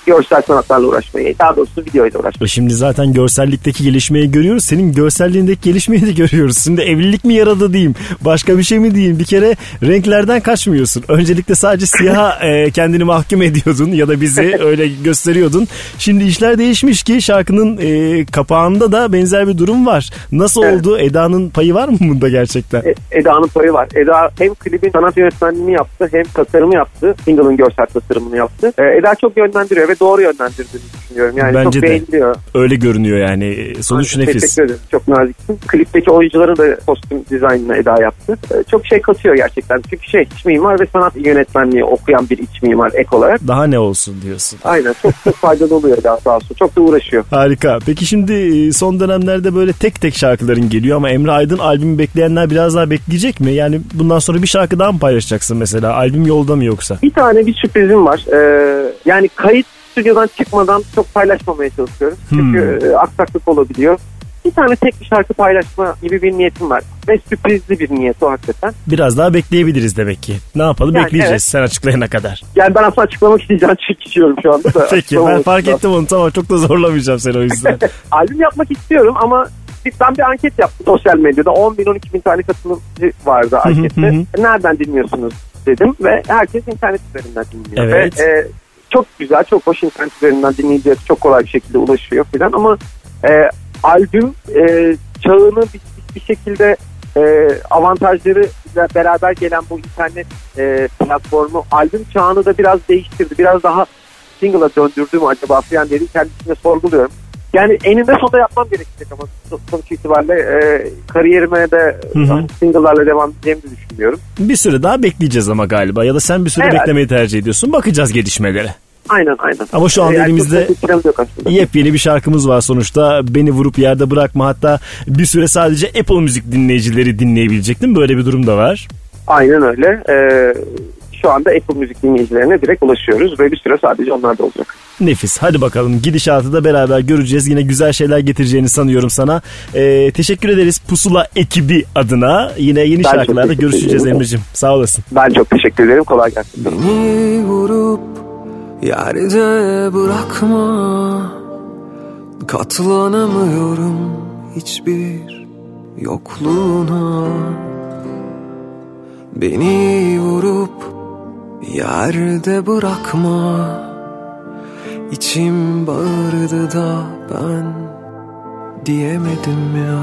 görsel sanatlarla uğraşmayı, daha doğrusu videoyla uğraşmayı. Şimdi zaten görsellikteki gelişmeyi görüyoruz. Senin görselliğindeki gelişmeyi de görüyoruz. Şimdi evlilik mi yaradı diyeyim, başka bir şey mi diyeyim. Bir kere renklerden kaçmıyorsun. Öncelikle sadece siyaha e, kendini mahkum ediyordun ya da bizi öyle gösteriyordun. Şimdi işler değişmiş ki şarkının e, kapağında da benzer bir durum var. Nasıl evet. oldu? Eda'nın payı var mı bunda gerçekten? E, Eda'nın payı var. Eda hem klibin sanat yönetmenliğini yaptı, hem tasarımı yaptı. Single'ın görsel tasarımını yaptı. E, Eda çok yönlendiriyor ve doğru yönlendirdiğini düşünüyorum. Yani bence çok de beğeniliyor. Öyle görünüyor yani. Sonuç Aynen, nefis. Teşekkür ederim. Çok naziksin. Klipteki oyuncuların da kostüm dizaynını Eda yaptı. E, çok şey katıyor gerçekten. Çünkü şey iç mimar ve sanat yönetmenliği okuyan bir iç mimar ek olarak. Daha ne olsun diyorsun. Aynen. Çok çok faydalı oluyor Eda sağ olsun. Çok da uğraşıyor. Harika. Peki şimdi son dönemlerde böyle tek tek şarkıların geliyor ama Emre Aydın albümü bekleyenler biraz daha bekleyecek mi? Yani bundan sonra bir şarkı daha mı paylaşacaksın mesela? Albüm yolda mı yoksa? Bir tane bir sürprizim var. Ee, yani kayıt stüdyodan çıkmadan çok paylaşmamaya çalışıyorum. Çünkü hmm. aksaklık olabiliyor. Bir tane tek bir şarkı paylaşma gibi bir niyetim var. Ve sürprizli bir niyet o hakikaten. Biraz daha bekleyebiliriz demek ki. Ne yapalım yani bekleyeceğiz evet. Sen açıklayana kadar. Yani ben aslında açıklamak isteyeceğim çekiyorum şu anda da. Peki ben fark ettim onu, tamam, çok da zorlamayacağım seni o yüzden. Albüm yapmak istiyorum ama ben bir anket yaptım sosyal medyada. on bin on iki bin tane katılımcı vardı ankette. Nereden dinliyorsunuz dedim ve herkes internet üzerinden dinliyor. Evet. Ve, e, çok güzel, çok hoş, internet üzerinden dinleyiciye çok kolay bir şekilde ulaşıyor falan ama e, albüm e, çağını bir, bir şekilde e, avantajlarıyla beraber gelen bu internet e, platformu albüm çağını da biraz değiştirdi. Biraz daha single'a döndürdü mü acaba falan diye kendisine sorguluyorum. Yani eninde sonunda yapmam gerekecek ama sonuç itibariyle e, kariyerime de single'larla devam edeceğimi düşünüyorum. Bir süre daha bekleyeceğiz ama galiba ya da sen bir süre evet. beklemeyi tercih ediyorsun. Bakacağız gelişmelere. Aynen aynen. Ama şu anda yani elimizde yepyeni bir şarkımız var sonuçta. Beni vurup yerde bırakma, hatta bir süre sadece Apple Müzik dinleyicileri dinleyebilecek değil mi? Böyle bir durum da var. Aynen öyle. Ee, şu anda Apple Müzik dinleyicilerine direkt ulaşıyoruz ve bir süre sadece onlar da olacak. Nefis. Hadi bakalım, gidişatı da beraber göreceğiz. Yine güzel şeyler getireceğini sanıyorum sana. Ee, teşekkür ederiz Pusula ekibi adına. Yine yeni ben şarkılarda görüşeceğiz Emre'cim. Sağ olasın. Ben çok teşekkür ederim. Kolay gelsin. Beni vurup yerde bırakma, katlanamıyorum hiçbir yokluğuna. Beni vurup yerde bırakma, İçim bağırdı da ben diyemedim ya.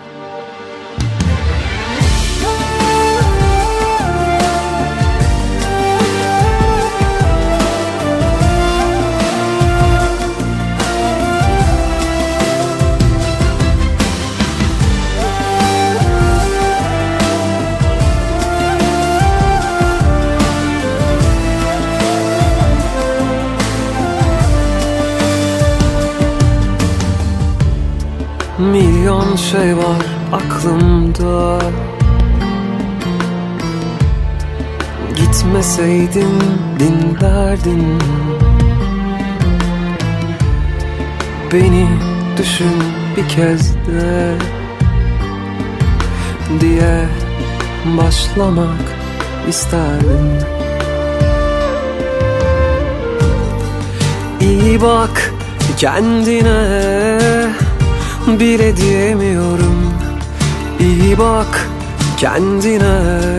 Milyon şey var aklımda, gitmeseydin dinlerdin. Beni düşün bir kez de diye başlamak isterdim. İyi bak kendine, bile diyemiyorum. İyi bak kendine,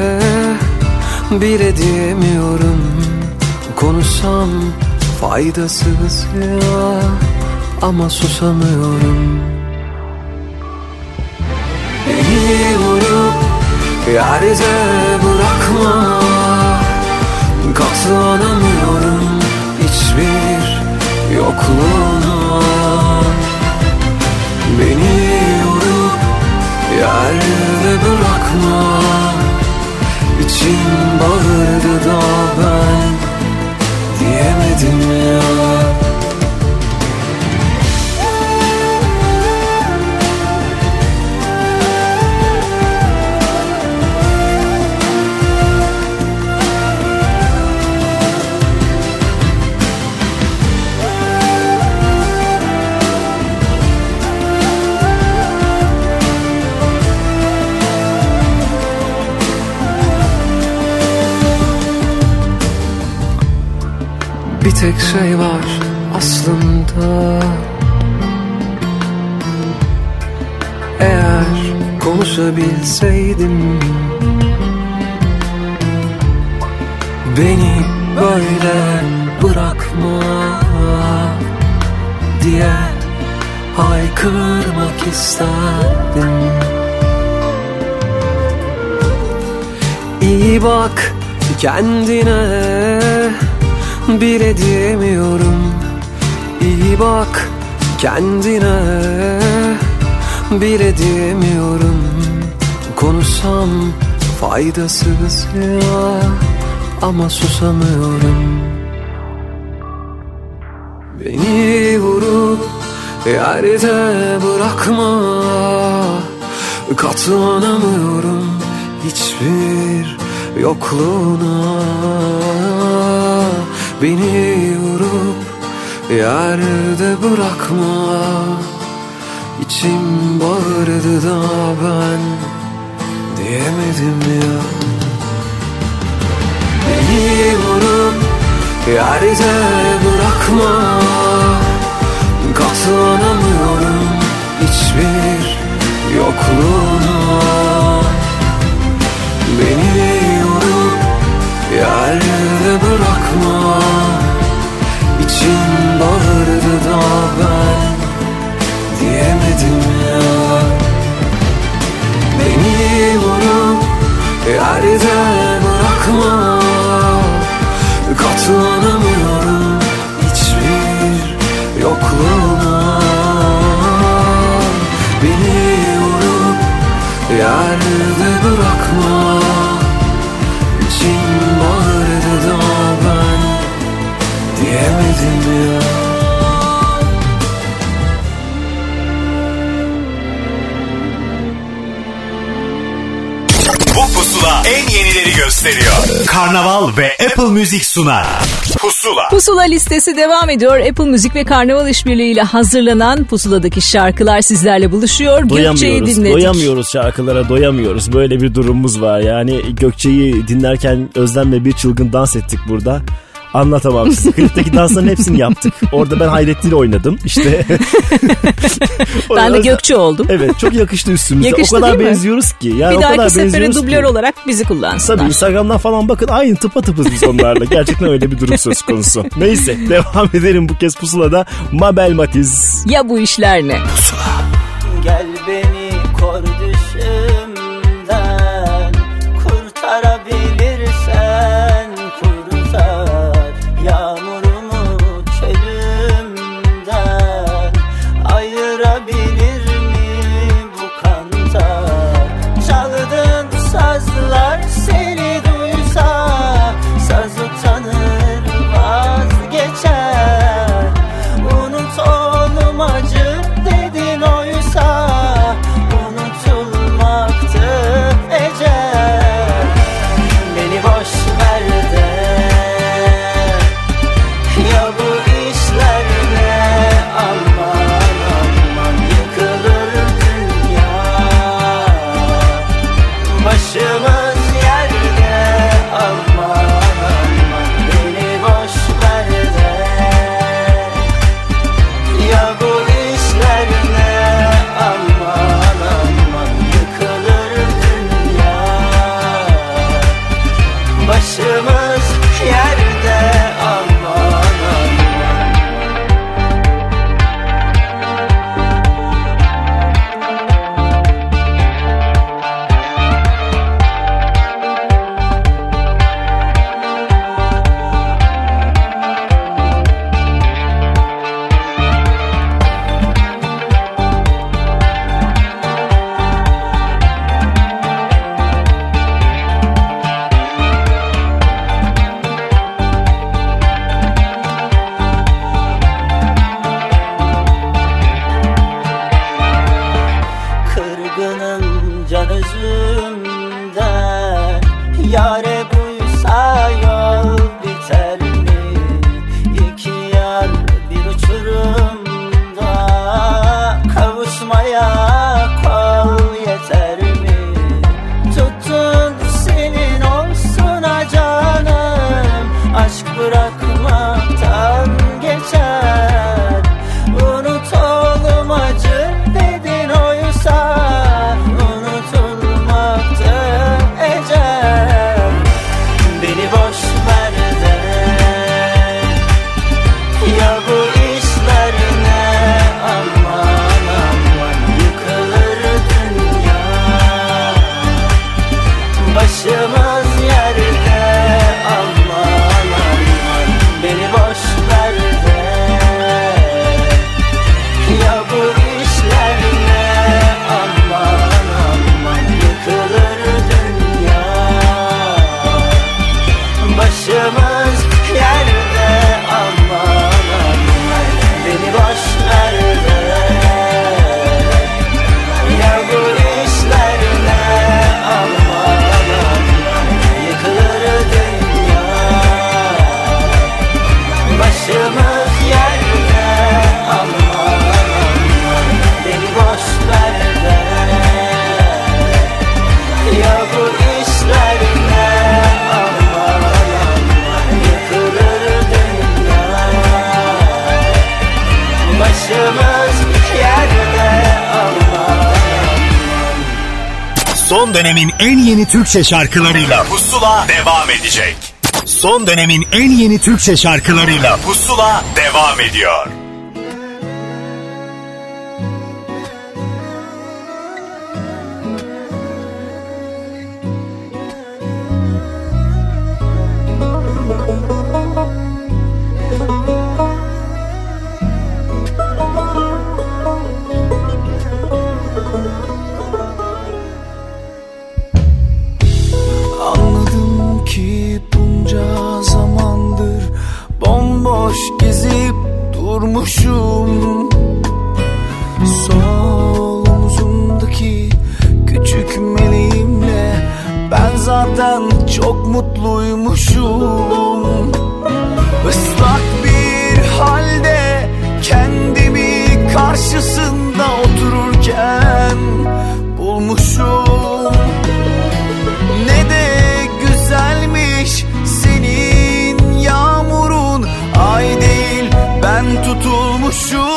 bile diyemiyorum. Konuşsam faydasız ya, ama susamıyorum. Beni vurup yerde bırakma, katlanamıyorum hiçbir yokluğuna. Beni yorup yerde bırakma, İçim bağırdı da ben diyemedim ya. Bir tek şey var aslında. Eğer konuşabilseydim, beni böyle bırakma diye haykırmak isterdim. İyi bak kendine, bile diyemiyorum. İyi bak kendine, bile diyemiyorum. Konuşsam faydasız ya, ama susamıyorum. Beni vurup yerde bırakma, katlanamıyorum hiçbir yokluğuna. Beni vurup yerde bırakma, İçim bağırdı da ben diyemedim ya. Beni vurup yerde bırakma, katlanamıyorum hiçbir yokluğuna. Beni vurup yerde bırakma, İçim bağırdı da ben diyemedim ya. Beni vurup yerde bırakma, katlanamıyorum hiçbir yokluğuna. Beni vurup yerde bırakma, İçim bağırdı da ben diyemedim ya. Pusula en yenileri gösteriyor. Karnaval ve Apple Müzik sunar. Pusula. Pusula listesi devam ediyor. Apple Müzik ve Karnaval işbirliğiyle hazırlanan Pusula'daki şarkılar sizlerle buluşuyor. Gökçe'yi dinledik. Doyamıyoruz şarkılara, doyamıyoruz. Böyle bir durumumuz var. Yani Gökçe'yi dinlerken Özlem'le bir çılgın dans ettik burada. Anlatamam size. Klipteki dansların hepsini yaptık. Orada ben Hayrettin'le oynadım. İşte. Ben de Gökçe oldum. Evet, çok yakıştı üstümüze. Yakıştı, o kadar benziyoruz ki. Yani bir o dahaki kadar sefere dublör ki. olarak bizi kullansınlar. Tabii Instagram'dan falan bakın, aynı tıpatıpız biz onlarla. Gerçekten öyle bir durum söz konusu. Neyse, devam edelim bu kez Pusula'da. Mabel Matiz. Ya bu işler ne? Pusula. Gel beni kor düşümden, kurtarabilirsen kurtar. Yağmurumu çölümden ayırabilir mi bu kantar? Çaldığın sazlar seni duysa, saz utanır vazgeçer. Unut oğlum acı dedin oysa, Başımız yerde, aman aman, beni boş ver de. Ya bu işlerine aman aman, yıkılır dünya. Başımız yerde, aman aman. Son dönemin en yeni Türkçe şarkılarıyla Pusula devam edecek. Son dönemin en yeni Türkçe şarkılarıyla Pusula devam ediyor. Anladım ki bunca zamandır bomboş gezip durmuşum. Sol omzumdaki küçük meleğimle ben zaten çok mutluymuşum. Islak bir halde kendimi karşısında otururken bulmuşum. Ne de güzelmiş senin yağmurun, ay değil ben tutulmuşum.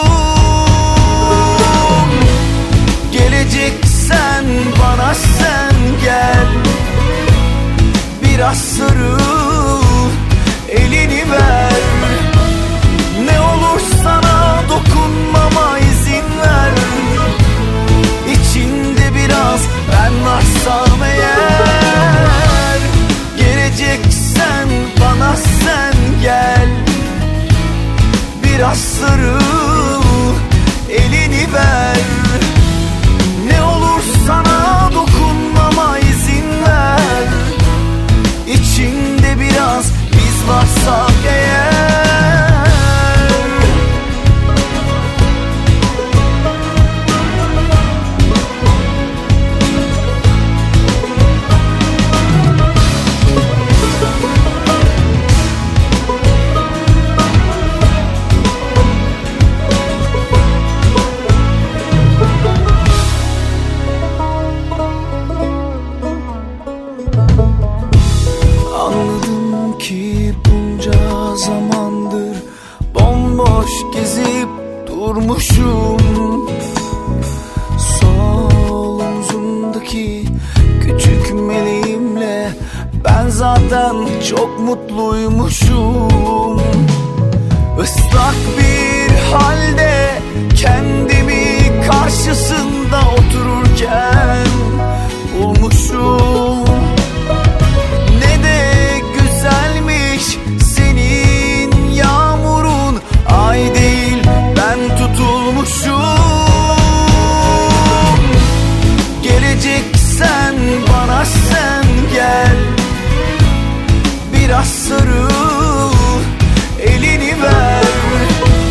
Geleceksen bana sen gel, biraz sarıl, elini ver. Ne olur sana dokunmama izin ver. İçinde biraz ben varsam eğer, geleceksen bana sen gel, biraz sarıl, elini ver. Ne olur sana dokunmama izin ver. İçinde biraz biz varsak eğer. Anladım ki bunca zamandır bomboş gezip durmuşum. Sol omzumdaki küçük meleğimle ben zaten çok mutluymuşum. Islak bir halde kendimi karşısında otururken bulmuşum. Ne de güzelmiş senin yağmurun, ay değil ben tutulmuşum. Geleceksen bana sen gel, biraz sarıl, elini ver.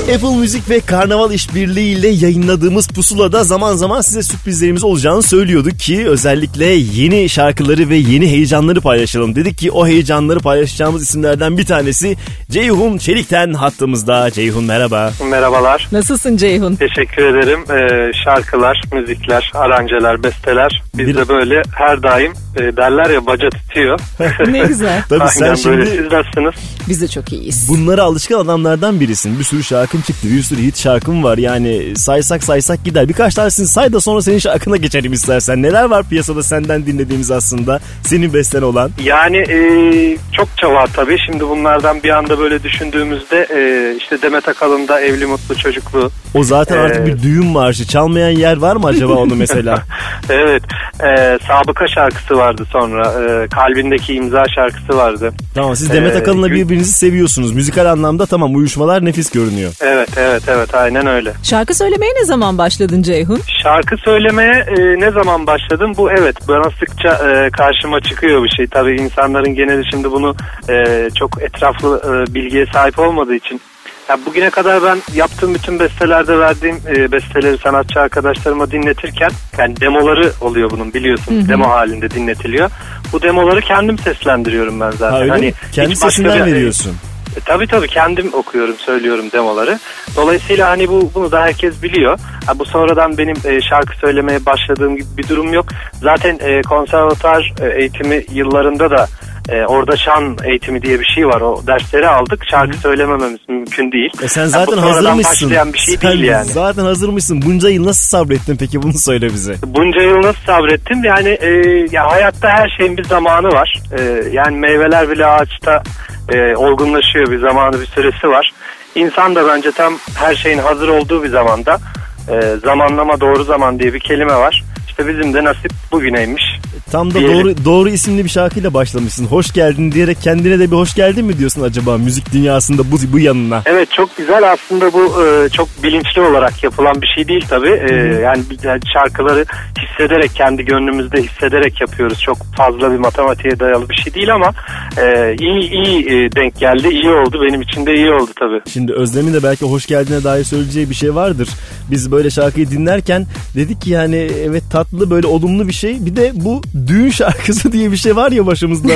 Apple Müzik ve Karnaval İşbirliği ile yayınladığımız Pusula'da zaman zaman size sürprizlerimiz olacağını söylüyorduk ki özellikle yeni şarkıları ve yeni heyecanları paylaşalım. Dedik ki o heyecanları paylaşacağımız isimlerden bir tanesi Ceyhun Çelik'ten hattımızda. Ceyhun merhaba. Merhabalar. Nasılsın Ceyhun? Teşekkür ederim. Ee, şarkılar, müzikler, aranjeler, besteler bizde bir... böyle her daim e, derler ya baca tutuyor. Ne güzel. Tabii sen Aynen şimdi... böyle. Siz nasılsınız? Biz de çok iyiyiz. Bunlara alışkan adamlardan birisin. Bir sürü şarkın çıktı. Bir sürü hit şarkın var. Yani saysak saysak gider. Birkaç tanesini say da sonra senin şarkına geçelim istersen. Neler var piyasada senden dinlediğimiz aslında? Senin besten olan. Yani e, çokça var tabii. Şimdi bunlardan bir anda böyle düşündüğümüzde e, işte Demet Akalın da Evli Mutlu Çocuklu. O zaten ee... artık bir düğün marşı. Çalmayan yer var mı acaba onu mesela? Evet. E, Sabıka şarkısı vardı sonra. E, Kalbindeki imza şarkısı vardı. Tamam, siz Demet Akalın'la ee, birbirinizi seviyorsunuz. Müzikal anlamda tamam, uyuşmalar nefis görünüyor. Evet evet evet aynen öyle. Şarkı söylemeye ne zaman başladın Ceyhun? Şarkı söylemeye e, ne zaman başladım? Bu evet bana sıkça e, karşıma çıkıyor bir şey. Tabii insanların geneli şimdi bunu e, çok etraflı e, bilgiye sahip olmadığı için. Yani bugüne kadar ben yaptığım bütün bestelerde verdiğim e, besteleri sanatçı arkadaşlarıma dinletirken yani demoları oluyor bunun biliyorsun. Hı hı. Demo halinde dinletiliyor. Bu demoları kendim seslendiriyorum ben zaten. Ha, öyle hani mi? Kendi sesinden bir, veriyorsun. E, tabii tabii kendim okuyorum, söylüyorum demoları. Dolayısıyla hani bu bunu da herkes biliyor. Ha, bu sonradan benim e, şarkı söylemeye başladığım gibi bir durum yok. Zaten e, konservatuar e, eğitimi yıllarında da Ee, orada şan eğitimi diye bir şey var. O dersleri aldık. Şarkı söylemememiz mümkün değil. E sen zaten yani hazırmışsın. Bir şey sen değil yani. Zaten hazırmışsın. Bunca yıl nasıl sabrettin peki, bunu söyle bize. Bunca yıl nasıl sabrettim? Yani e, ya hayatta her şeyin bir zamanı var. E, yani meyveler bile ağaçta e, olgunlaşıyor, bir zamanı, bir süresi var. İnsan da bence tam her şeyin hazır olduğu bir zamanda e, zamanlama doğru zaman diye bir kelime var. İşte bizim de nasip bugüneymiş. Tam da doğru doğru isimli bir şarkıyla başlamışsın. Hoş geldin diyerek kendine de bir hoş geldin mi diyorsun acaba müzik dünyasında bu bu yanına? Evet, çok güzel aslında bu e, çok bilinçli olarak yapılan bir şey değil tabii. E, yani şarkıları hissederek, kendi gönlümüzde hissederek yapıyoruz. Çok fazla bir matematiğe dayalı bir şey değil ama e, iyi iyi e, denk geldi, iyi oldu. Benim için de iyi oldu tabii. Şimdi Özlem'in de belki hoş geldine dair söyleyeceği bir şey vardır. Biz böyle şarkıyı dinlerken dedik ki yani evet tatlı, böyle olumlu bir şey. Bir de bu düğün şarkısı diye bir şey var ya başımızda.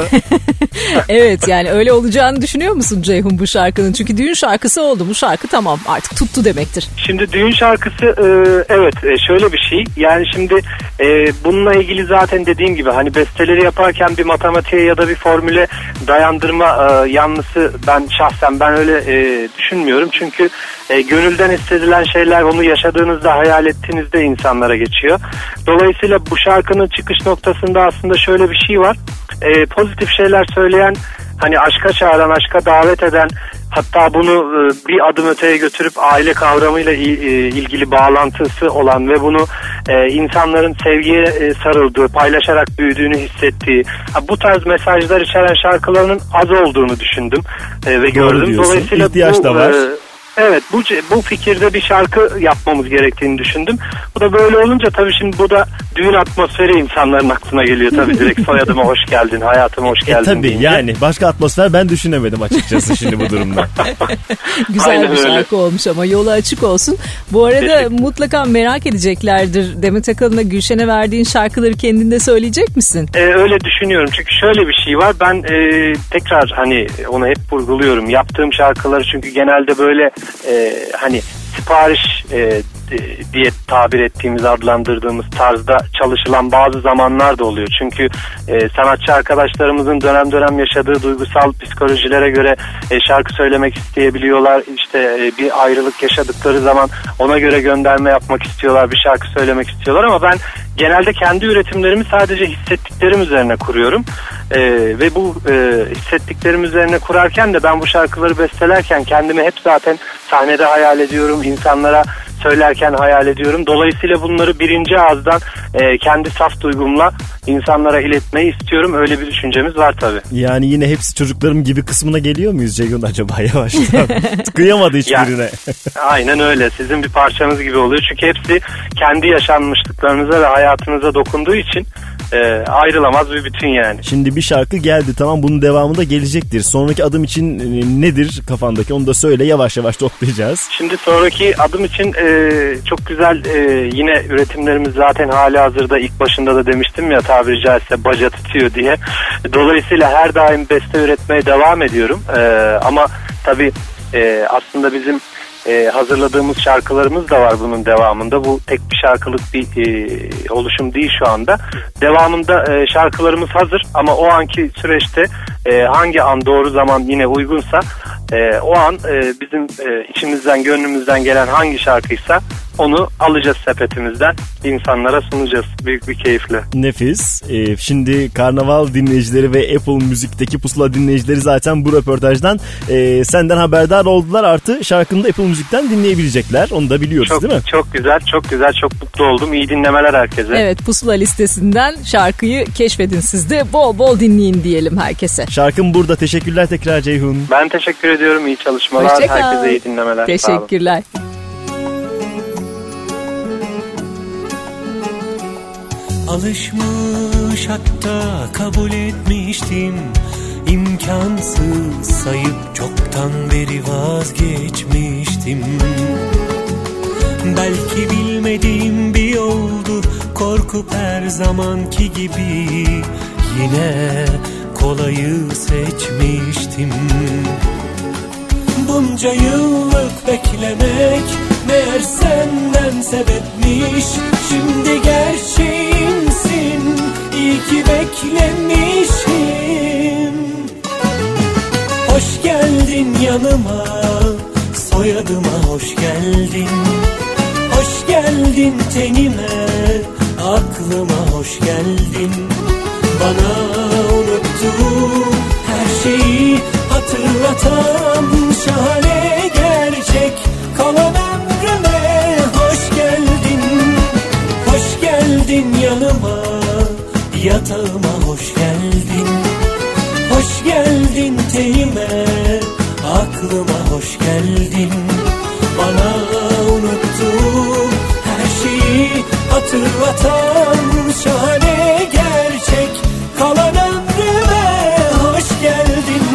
Evet, yani öyle olacağını düşünüyor musun Ceyhun bu şarkının? Çünkü düğün şarkısı oldu. Bu şarkı tamam artık tuttu demektir. Şimdi düğün şarkısı e, evet e, şöyle bir şey. Yani şimdi e, bununla ilgili zaten dediğim gibi hani besteleri yaparken bir matematiğe ya da bir formüle dayandırma e, yanlısı ben şahsen ben öyle e, düşünmüyorum. Çünkü e, gönülden hissedilen şeyler onu yaşadığınızda, hayal ettiğinizde insanlara geçiyor. Dolayısıyla bu şarkının çıkış noktasında aslında şöyle bir şey var. E, pozitif şeyler söyleyen, hani aşka çağıran, aşka davet eden, hatta bunu e, bir adım öteye götürüp aile kavramıyla e, ilgili bağlantısı olan ve bunu e, insanların sevgiye e, sarıldığı, paylaşarak büyüdüğünü hissettiği, bu tarz mesajlar içeren şarkılarının az olduğunu düşündüm e, ve Doğru gördüm. diyorsun. Dolayısıyla İhtiyaç bu, da var. E, Evet, bu bu fikirde bir şarkı yapmamız gerektiğini düşündüm. Bu da böyle olunca tabii şimdi bu da düğün atmosferi insanların aklına geliyor tabii, direkt soyadıma hoş geldin, hayatıma hoş geldin. E tabii deyince. Yani başka atmosfer ben düşünemedim açıkçası şimdi bu durumda. Güzel Aynen bir öyle. şarkı olmuş ama yolu açık olsun. Bu arada mutlaka merak edeceklerdir. Demet Akalın'a, Gülşen'e verdiğin şarkıları kendinde söyleyecek misin? Ee, öyle düşünüyorum çünkü şöyle bir şey var. Ben e, tekrar hani onu hep vurguluyorum. Yaptığım şarkıları çünkü genelde böyle e, hani sipariş e, diye tabir ettiğimiz, adlandırdığımız tarzda çalışılan bazı zamanlar da oluyor. Çünkü e, sanatçı arkadaşlarımızın dönem dönem yaşadığı duygusal psikolojilere göre e, şarkı söylemek isteyebiliyorlar. İşte e, bir ayrılık yaşadıkları zaman ona göre gönderme yapmak istiyorlar, bir şarkı söylemek istiyorlar ama ben genelde kendi üretimlerimi sadece hissettiklerim üzerine kuruyorum. E, ve bu e, hissettiklerim üzerine kurarken de ben bu şarkıları bestelerken kendimi hep zaten sahnede hayal ediyorum. İnsanlara söylerken hayal ediyorum. Dolayısıyla bunları birinci ağızdan e, kendi saf duygumla insanlara iletmeyi istiyorum. Öyle bir düşüncemiz var tabii. Yani yine hepsi çocuklarım gibi kısmına geliyor muyuz Ceyhun acaba yavaştan? Kıyamadı hiçbirine. Yani, aynen öyle. Sizin bir parçanız gibi oluyor. Çünkü hepsi kendi yaşanmışlıklarınıza ve hayatınıza dokunduğu için e, ayrılamaz bir bütün yani. Şimdi bir şarkı geldi, tamam, bunun devamı da gelecektir. Sonraki adım için e, nedir kafandaki, onu da söyle, yavaş yavaş toplayacağız. Şimdi sonraki adım için e, çok güzel e, yine üretimlerimiz zaten hali hazırda, ilk başında da demiştim ya, tabiri caizse baca tutuyor diye. Dolayısıyla her daim beste üretmeye devam ediyorum. E, ama tabii e, aslında bizim e, hazırladığımız şarkılarımız da var bunun devamında. Bu tek bir şarkılık bir e, oluşum değil şu anda. Devamında e, şarkılarımız hazır ama o anki süreçte e, hangi an doğru zaman yine uygunsa e, o an e, bizim e, içimizden, gönlümüzden gelen hangi şarkıysa onu alacağız sepetimizden, insanlara sunacağız büyük bir keyifle. Nefis. Ee, şimdi Karnaval dinleyicileri ve Apple Müzik'teki Pusula dinleyicileri zaten bu röportajdan e, senden haberdar oldular. Artı şarkını da Apple Müzik'ten dinleyebilecekler. Onu da biliyoruz, çok, değil mi? Çok güzel, çok güzel, çok mutlu oldum. İyi dinlemeler herkese. Evet, Pusula listesinden şarkıyı keşfedin siz de. Bol bol dinleyin diyelim herkese. Şarkım burada. Teşekkürler tekrar Ceyhun. Ben teşekkür ediyorum. İyi çalışmalar. Hoşçakal. Herkese iyi dinlemeler. Teşekkürler. Alışmış, hatta kabul etmiştim, İmkansız sayıp çoktan beri vazgeçmiştim. Belki bilmediğim bir yoldu, korkup her zamanki gibi yine kolayı seçmiştim. Bunca yıllık beklemek meğer senden sebepmiş. Şimdi gerçeğimsin, iyi ki beklemişim. Hoş geldin yanıma, soyadıma hoş geldin. Hoş geldin tenime, aklıma hoş geldin. Bana unuttuğum her şeyi hatırlatan şahane gerçek kalan ömrüme hoş geldin. Hoş geldin yanıma, yatağıma hoş geldin. Hoş geldin tenime, aklıma hoş geldin. Bana unuttuğum her şeyi hatırlatan şahane gerçek kalan ömrüme hoş geldin.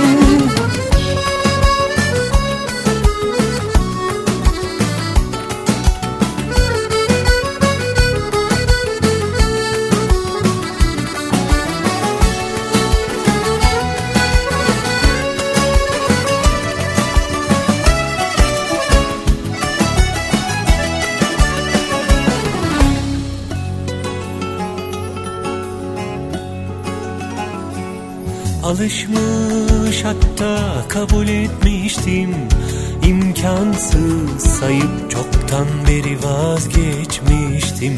Alışmış, hatta kabul etmiştim, İmkansız sayıp çoktan beri vazgeçmiştim.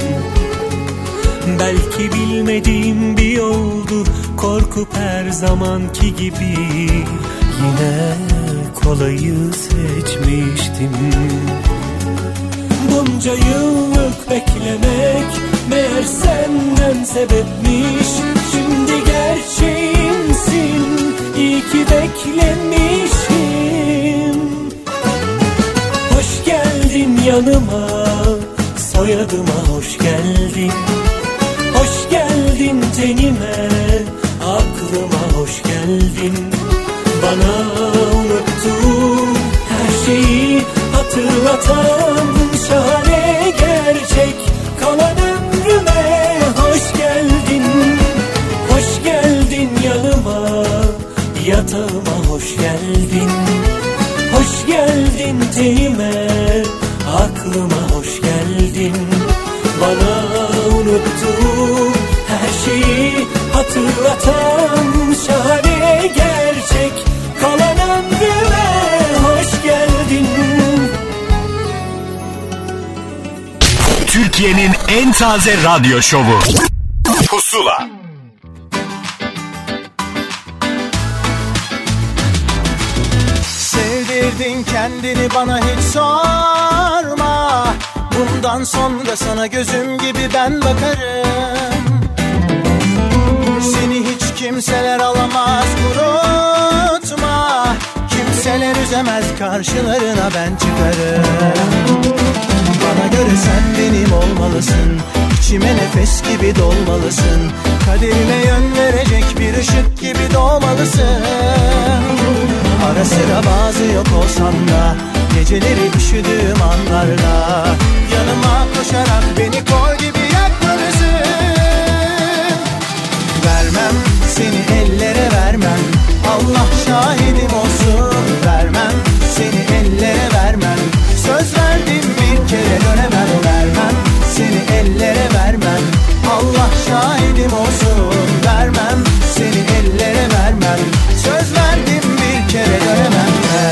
Belki bilmediğim bir yoldu, korkup her zamanki gibi yine kolayı seçmiştim. Bunca yıllık beklemek meğer senden sebepmiş. Şimdi gerçeğimsin, iyi ki beklemişim. Hoş geldin yanıma, soyadıma hoş geldin. Hoş geldin tenime, aklıma hoş geldin. Bana unuttuğum her şeyi hatırlatan şahane gerçek kalan ömrüme hoş geldin. Hoş geldin yanıma, yatağıma hoş geldin. Hoş geldin tenime, aklıma hoş geldin. Bana unuttuğum her şeyi hatırlatan şahane gerçek kalan ömrüme hoş geldin. Türkiye'nin en taze radyo şovu Pusula. Sevdirdin kendini bana hiç sorma. Bundan sonra sana gözüm gibi ben bakarım. Seni hiç kimseler alamaz, unutma. Kimseler üzemez, karşılarına ben çıkarım. Bana göre sen benim olmalısın, İçime nefes gibi dolmalısın. Kaderime yön verecek bir ışık gibi doğmalısın. Ara sıra bazı yok olsam da, geceleri üşüdüğüm anlarda yanıma koşarak beni kol gibi yakmalısın. Vermem seni ellere vermem, Allah şahidim olsun. Vermem seni ellere vermem, söz verdim bir kere dönemem. Vermem seni ellere vermem, Allah şahidim olsun. Vermem seni ellere vermem, söz verdim bir kere dönemem.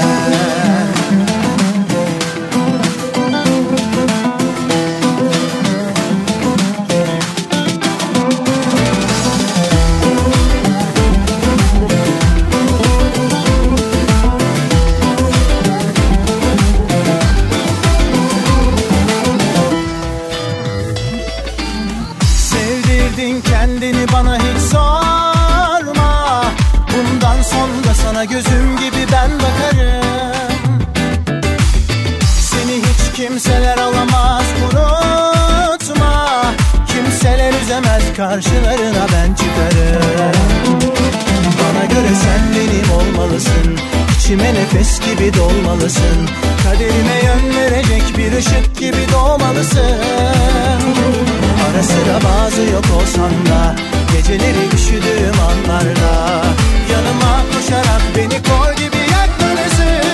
Kendini bana hiç sorma. Bundan sonra sana gözüm gibi ben bakarım. Seni hiç kimseler alamaz, unutma. Kimseler üzemez, karşılarına ben çıkarım. Bana göre sen benim olmalısın, İçime nefes gibi dolmalısın. Kaderime yön verecek bir ışık gibi doğmalısın. Ara sıra bazı yok olsan da, geceleri üşüdüğüm anlarda yanıma koşarak beni kol gibi yakmalısın.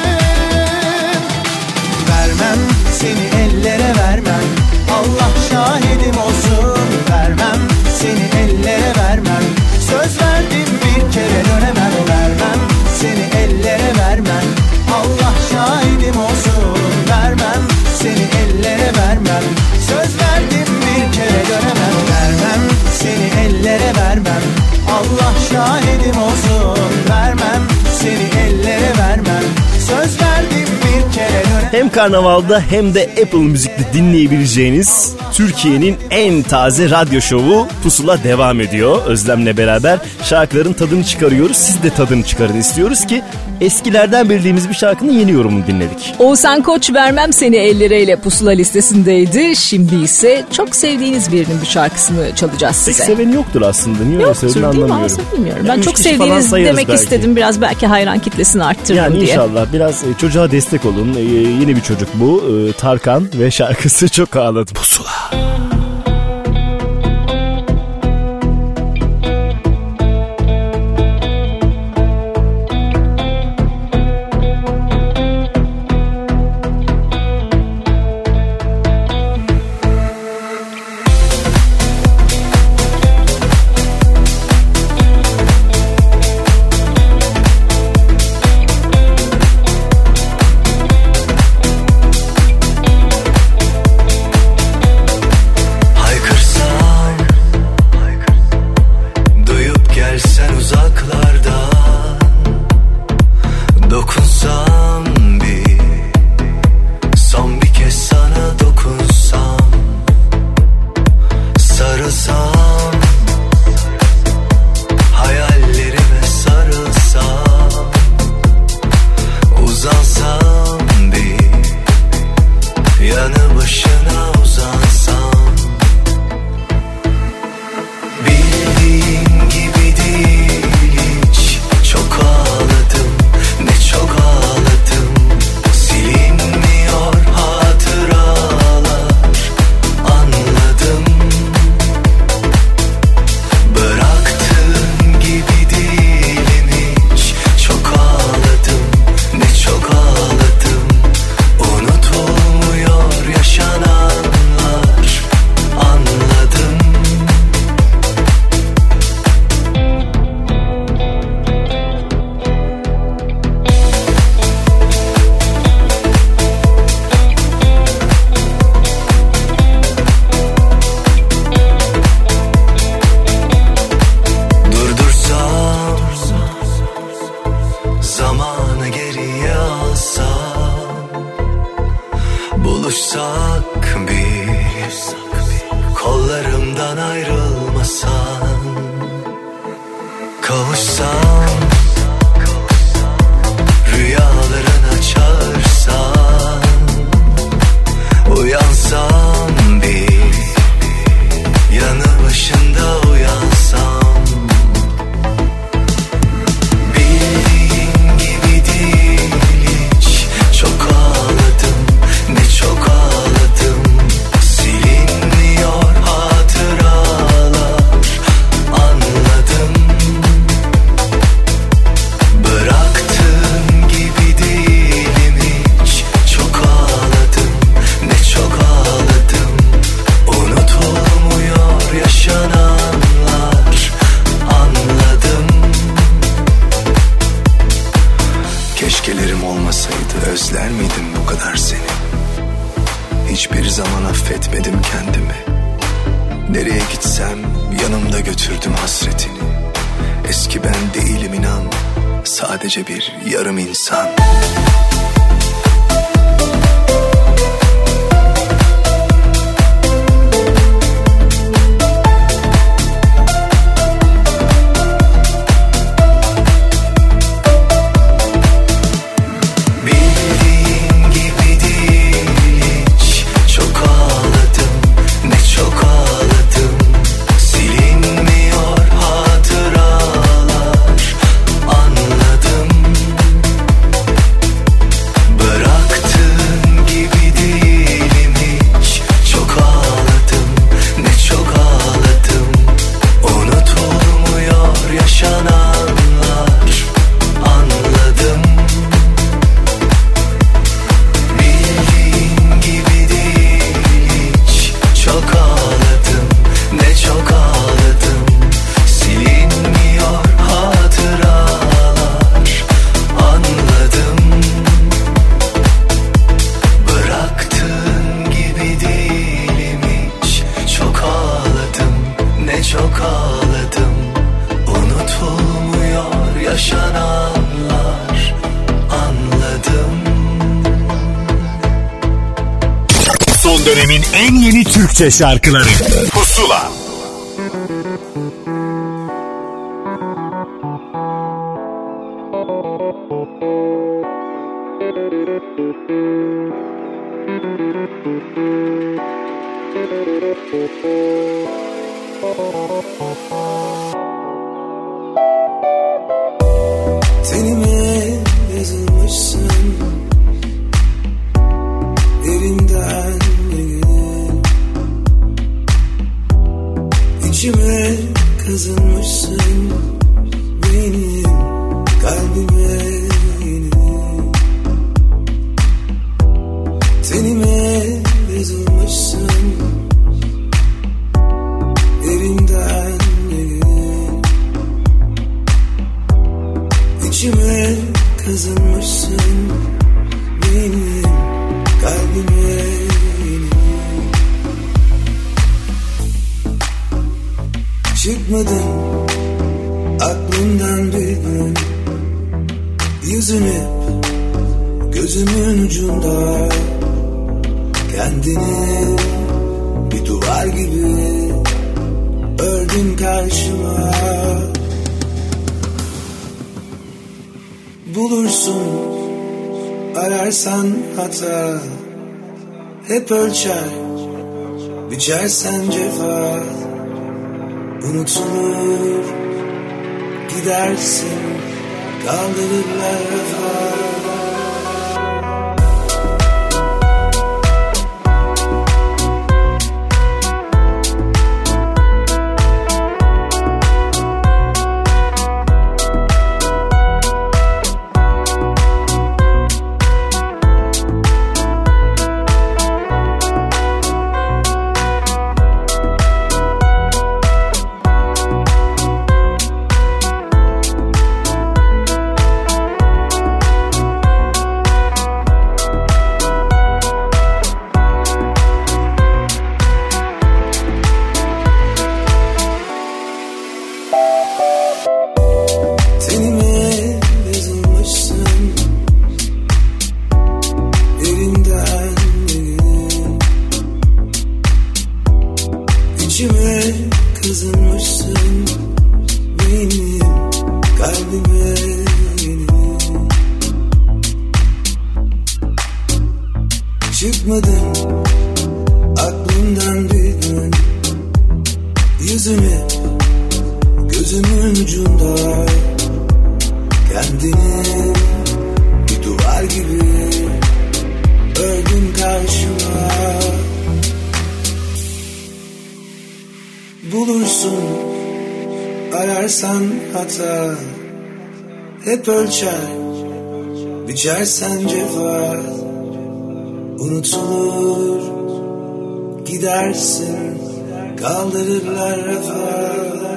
Vermem seni ellere vermem, Allah şahidim olsun. Vermem seni ellere vermem, söz verdim bir kere dönemem. Vermem seni ellere vermem, Allah şahidim olsun. Vermem seni ellere vermem, söz verdim bir kere dönemem. Vermem seni ellere vermem, Allah şahidim olsun. Vermem seni ellere vermem, söz verdim bir kere dönemem. Hem karnavalda hem de Apple Müzik'te dinleyebileceğiniz Türkiye'nin en taze radyo şovu Pusula devam ediyor. Özlem'le beraber şarkıların tadını çıkarıyoruz. Siz de tadını çıkarın istiyoruz ki eskilerden bildiğimiz bir şarkının yeni yorumunu dinledik. Oğuzhan Koç Vermem Seni Ellereyle Pusula listesindeydi. Şimdi ise çok sevdiğiniz birinin bir şarkısını çalacağız Pek size. seveni yoktur aslında. Niye öyle söylediğini anlamıyorum. Bilmiyorum. Yani ben çok sevdiğiniz demek belki. istedim. Biraz belki hayran kitlesini arttırırım yani diye. Yani inşallah biraz çocuğa destek olun. Ee, yeni bir çocuk bu. Ee, Tarkan ve şarkısı Çok Ağladım. Pusula. Çok ağladım, ne çok ağladım. Buluşsak bir, kollarımdan ayrılmasan, kavuşsam, rüyalarına çağırsan, uyansam bir, yanı başında uyansam. Bildiğin gibi değil hiç, çok ağladım, ne çok ağladım. Silinmiyor hatıralar, anladım. Bıraktığın gibi değilim hiç, çok ağladım, ne çok ağladım. Unutulmuyor yaşananlar, anladım. Keşkelerim olmasaydı özler miydim bu kadar seni? Hiçbir zaman affetmedim kendimi. Nereye gitsem yanımda götürdüm hasretini. Eski ben değilim inan, sadece bir yarım insan. Bildiğin gibi değil hiç, çok ağladım, ne çok ağladım. Silinmiyor hatıralar, anladım. Bıraktığın gibi değilim hiç, çok ağladım, ne çok ağladım. Unutulmuyor yaşananlar, anladım. Bildiğin gibi değil hiç, çok ağladım, ne çok ağladım. Silinmiyor hatıralar, anladım. Bıraktığın gibi değilim hiç, çok ağladım, ne çok ağladım. Unutulmuyor yaşananlar, anladım. Son dönemin en yeni Türkçe şarkıları Pusula. Tenime yazılmışsın, derinden gelir. İçime kazınmışsın, benim kalbime yenir. Tenime yazılmışsın, derinden gelir. İçime kazınmışsın, benim kalbime yenir. Çıkmadın aklımdan bir gün, yüzün hep gözümün ucunda. Kendini bir duvar gibi ördün karşıma. Bulursun ararsan hata, hep ölçer biçersen cefa. Unutulur gidersin, kaldırırlar vefa. çıkmadın aklımdan bir gün. Yüzüme gözümün ucunda, kendini bir duvar gibi ördün karşıma. Bulursun ararsan hata, hep ölçer biçersen cefa. Unutulur gidersin, kaldırırlar rafa.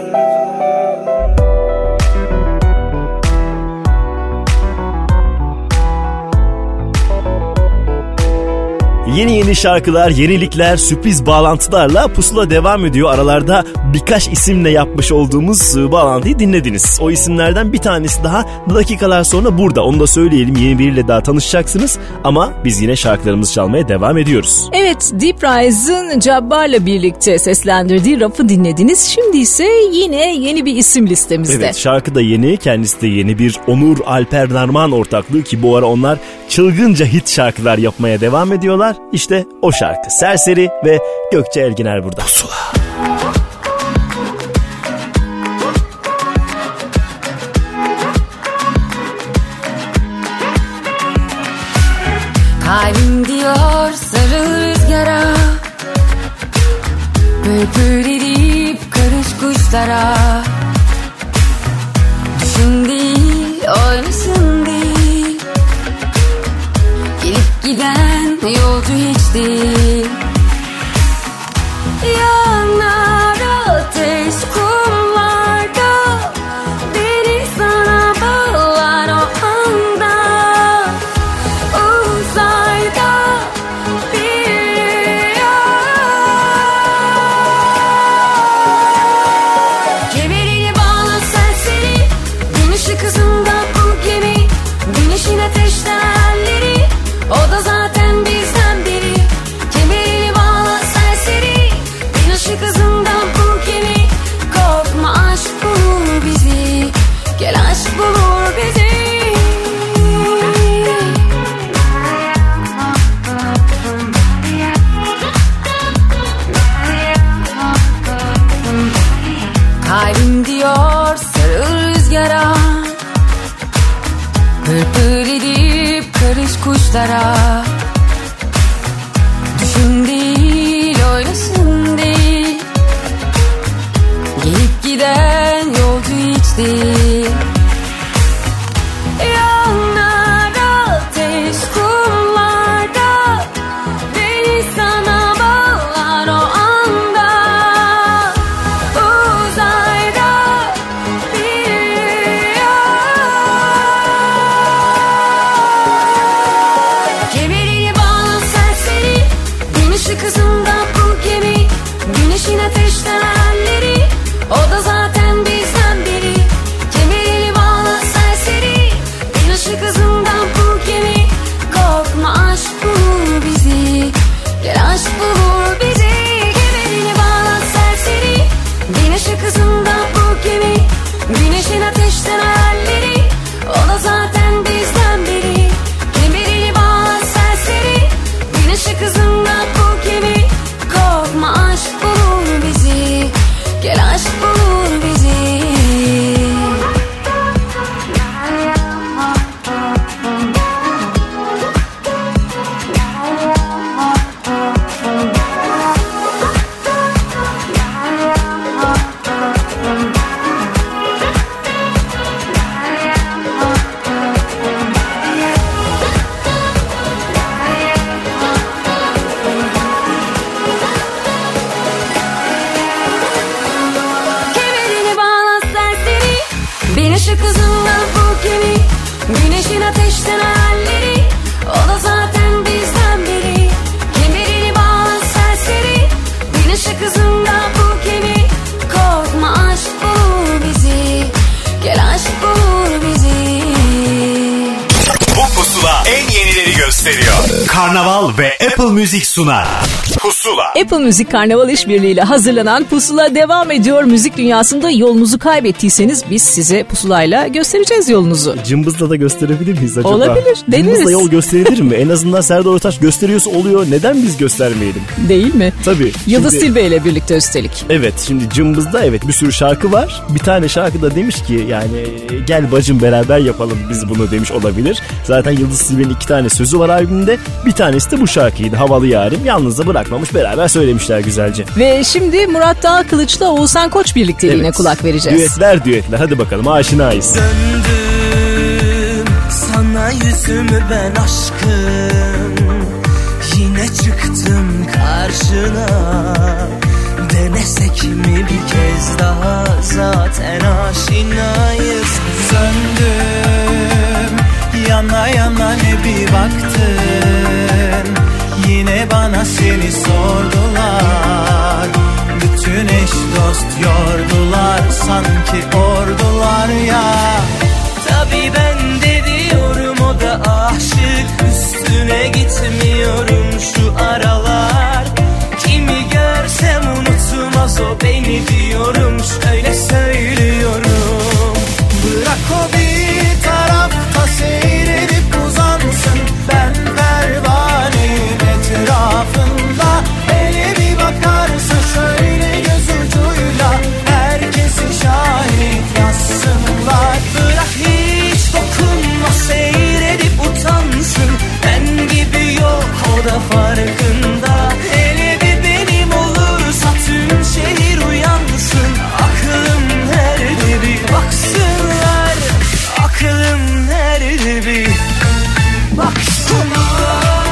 Yeni yeni şarkılar, yenilikler, sürpriz bağlantılarla Pusula devam ediyor. Aralarda birkaç isimle yapmış olduğumuz bağlantıyı dinlediniz. O isimlerden bir tanesi daha dakikalar sonra burada. Onu da söyleyelim, yeni biriyle daha tanışacaksınız. Ama biz yine şarkılarımızı çalmaya devam ediyoruz. Evet, Deep Rise'ın Cabbar'la birlikte seslendirdiği Raf'ı dinlediniz. Şimdi ise yine yeni bir isim listemizde. Evet, şarkı da yeni, kendisi de yeni, bir Onur Alper Narman ortaklığı ki bu ara onlar çılgınca hit şarkılar yapmaya devam ediyorlar. İşte o şarkı Serseri ve Gökçe Erginer burada. Pusula. Kalbim diyor sarıl rüzgara, bülbül edip karış kuşlara. Düşün değil, oynasın değil, gelip giden yolcu hiç değil. Yanar ateş kumlarda, beni sana bağlar o anda. Uzayda bir rüya, kemerini bağla serseri, gün ışık hızında bu gemi. Güneşin ateşten elleri, o da zaten bizden biri. Kemerini bağla serseri, gün ışık hızında bu gemi. Korkma, aşk bulur bizi, gel aşk bulur bizi. Kalbim diyor sarıl rüzgara, pırpır edip karış kuşlara. Düşün değil, oynasın değil, gelip giden yolcu hiç değil. Yanar ateş kumlarda, beni sana bağlar o anda. Uzayda bir rüya, kemerini en yenileri gösteriyor. Karnaval ve Apple Music sunar. Pusula. Apple Music Karnaval işbirliğiyle hazırlanan Pusula devam ediyor. Müzik dünyasında yolunuzu kaybettiyseniz biz size pusulayla göstereceğiz yolunuzu. Cımbızla da gösterebilir miyiz acaba? Olabilir, deneriz. Cımbızla yol gösterilir mi? En azından Serdar Ortaç gösteriyorsa oluyor. Neden biz göstermeyelim? Değil mi? Tabii. Yıldız Şimdi, Tilbe ile birlikte üstelik. Evet, şimdi Cımbız'da evet bir sürü şarkı var. Bir tane şarkı da demiş ki yani gel bacım beraber yapalım biz bunu demiş olabilir. Zaten Yıldız Tilbe'nin iki tane sözü var albümünde. Bir tanesi de bu şarkıydı. Havalı Yarim. Yalnız da bırakmamış, beraber söylemişler güzelce. Ve şimdi Murat Dağ Kılıç'la Oğuzhan Koç birlikteliğine evet. kulak vereceğiz. Düetler düetler. Hadi bakalım, aşinayız. Döndüm sana yüzümü ben aşkım, yine çıktım karşına. Denesek mi bir kez daha, zaten aşinayız. Söndüm yana yana ne bir baktın, yine bana seni sordular. Bütün eş dost yordular, sanki ordular ya. Tabii ben de diyorum o da aşık, üstüne gitmiyorum şu aralar. Kimi görsem unutmaz o beni diyorum, şöyle söylüyorum. Bırak o bir tarafta seyredip uzansın, ben pervaneyim etrafında. Hele bir bakarsa şöyle göz ucuyla, herkesi şahit yazsınlar. Bırak hiç dokunma, seyredip utansın, ben gibi yok o da farkında. Hele bir benim olursa tüm şehir uyansın, aklım nerede bir baksınlar, aklım nerede bir baksınlar.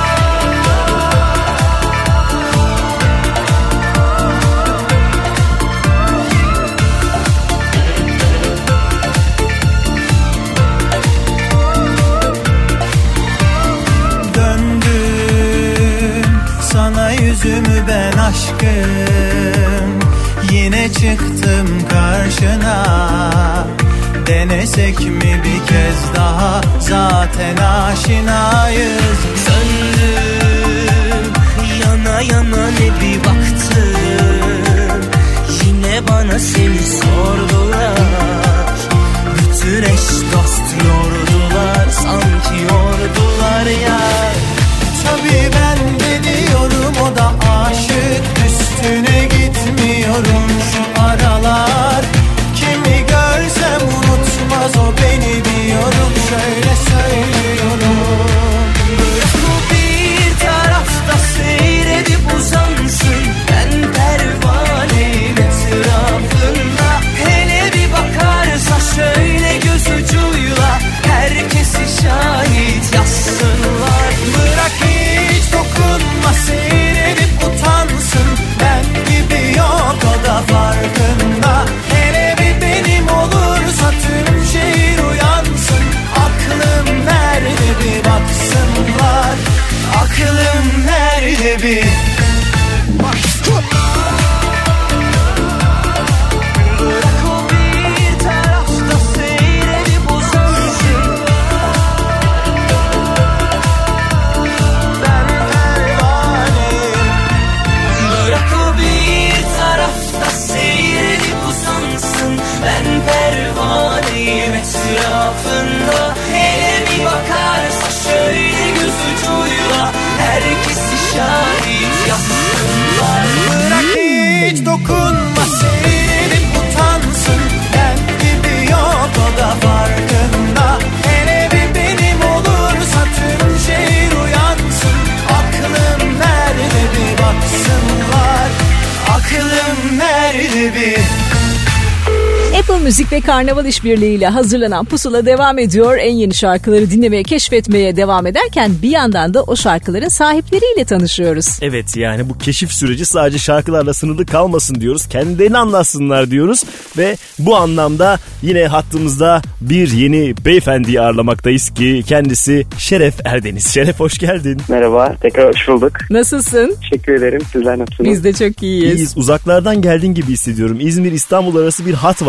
Yüzümü ben aşkım, yine çıktım karşına. Denesek mi bir kez daha, zaten aşinayız. Söndüm yana yana ne bir baktım, yine bana seni sordular. Bütün eş dost yordular, sanki yordular ya. Tabii ben de diyorum o da aşık, üstüne gitmiyorum şu aralar. Kimi görsem unutmaz o beni diyorum, şöyle söylüyorum. Bırak o bir tarafta seyredip uzansın, ben pervaneyim etrafında. Hele bir bakarsa şöyle göz ucuyla, herkesi şahit yazsınlar. Bırak hiç dokunma, seyredip utansın, ben gibi yok o da farkında. Hele bir benim olursa tüm şehir uyansın, aklım nerede bir baksınlar, aklım nerede bir baksınlar. Bırak o bir tarafta seyredip uzansın, ben pervaneyim. Bırak o bir tarafta seyredip uzansın, ben pervaneyim etrafında. Hele bir bakarsa şöyle göz ucuyla, herkesi şahit yazsınlar. Bırak hiç dokunma, seyredip utansın, ben gibi yok o da farkında. Hele bir benim olursa tüm şehir uyansın, aklım nerede bir baksınlar, aklım nerede bir. Apple Müzik ve Karnaval işbirliğiyle hazırlanan Pusula devam ediyor. En yeni şarkıları dinlemeye, keşfetmeye devam ederken bir yandan da o şarkıların sahipleriyle tanışıyoruz. Evet, yani bu keşif süreci sadece şarkılarla sınırlı kalmasın diyoruz. Kendilerini anlatsınlar diyoruz. Ve bu anlamda yine hattımızda bir yeni beyefendiyi ağırlamaktayız ki kendisi Şeref Erdeniz. Şeref, hoş geldin. Merhaba, tekrar hoş bulduk. Nasılsın? Teşekkür ederim. Sizler nasılsınız? Biz de çok iyiyiz. İyiyiz. Uzaklardan geldin gibi hissediyorum. İzmir-İstanbul arası bir hat var değil mi ortada?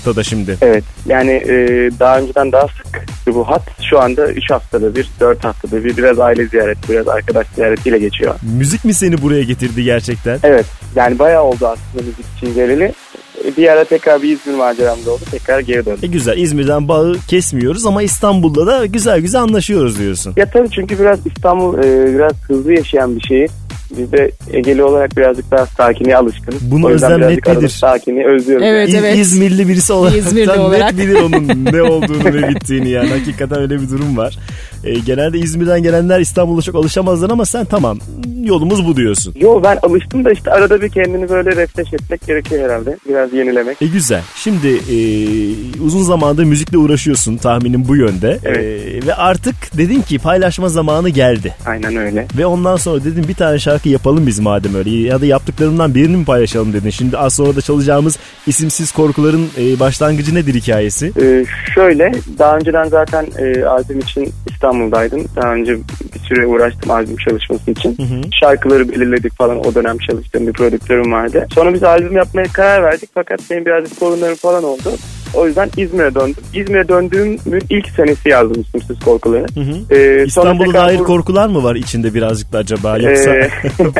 haftada şimdi. Evet yani e, daha önceden daha sık bu hat. Şu anda üç haftada bir, dört haftada bir, biraz aile ziyareti, biraz arkadaş ziyaretiyle geçiyor. Müzik mi seni buraya getirdi gerçekten? Evet yani bayağı oldu aslında müzik için geleli. Bir ara tekrar bir İzmir maceramda oldu. Tekrar geri döndüm. E güzel, İzmir'den bağı kesmiyoruz ama İstanbul'da da güzel güzel anlaşıyoruz diyorsun. Ya tabii çünkü biraz İstanbul e, biraz hızlı yaşayan bir şehir. Biz de Egeli olarak birazcık daha sakinliğe alışkınız. Bunu özlem net bilir. Sakinliği özlüyoruz. Evet, yani. evet. İzmirli birisi olarak, İzmirli olarak. net bilir onun ne olduğunu ve bittiğini yani. Hakikaten öyle bir durum var. E, genelde İzmir'den gelenler İstanbul'a çok alışamazlar ama sen tamam yolumuz bu diyorsun. Yo ben alıştım da işte arada bir kendini böyle refresh etmek gerekiyor herhalde. Biraz yenilemek. E güzel. Şimdi e, uzun zamandır müzikle uğraşıyorsun tahminim bu yönde. Evet. E, ve artık dedin ki paylaşma zamanı geldi. Aynen öyle. Ve ondan sonra dedim bir tane şarkı yapalım biz madem öyle. Ya da yaptıklarımdan birini mi paylaşalım dedin. Şimdi az sonra da çalacağımız isimsiz korkuların e, başlangıcı nedir hikayesi? Ee, şöyle daha önceden zaten e, albüm için İstanbul'daydım. Daha önce bir süre uğraştım albüm çalışması için. Hı hı. Şarkıları belirledik falan, o dönem çalıştığım bir prodüktörüm vardı. Sonra biz albüm yapmaya karar verdik fakat benim birazcık sorunlarım falan oldu. O yüzden İzmir'e döndüm. İzmir'e döndüğümün ilk senesi yazdım isimsiz korkuları. Hı hı. Ee, İstanbul'a dair bu... korkular mı var içinde birazcık da acaba? Yoksa... Ee,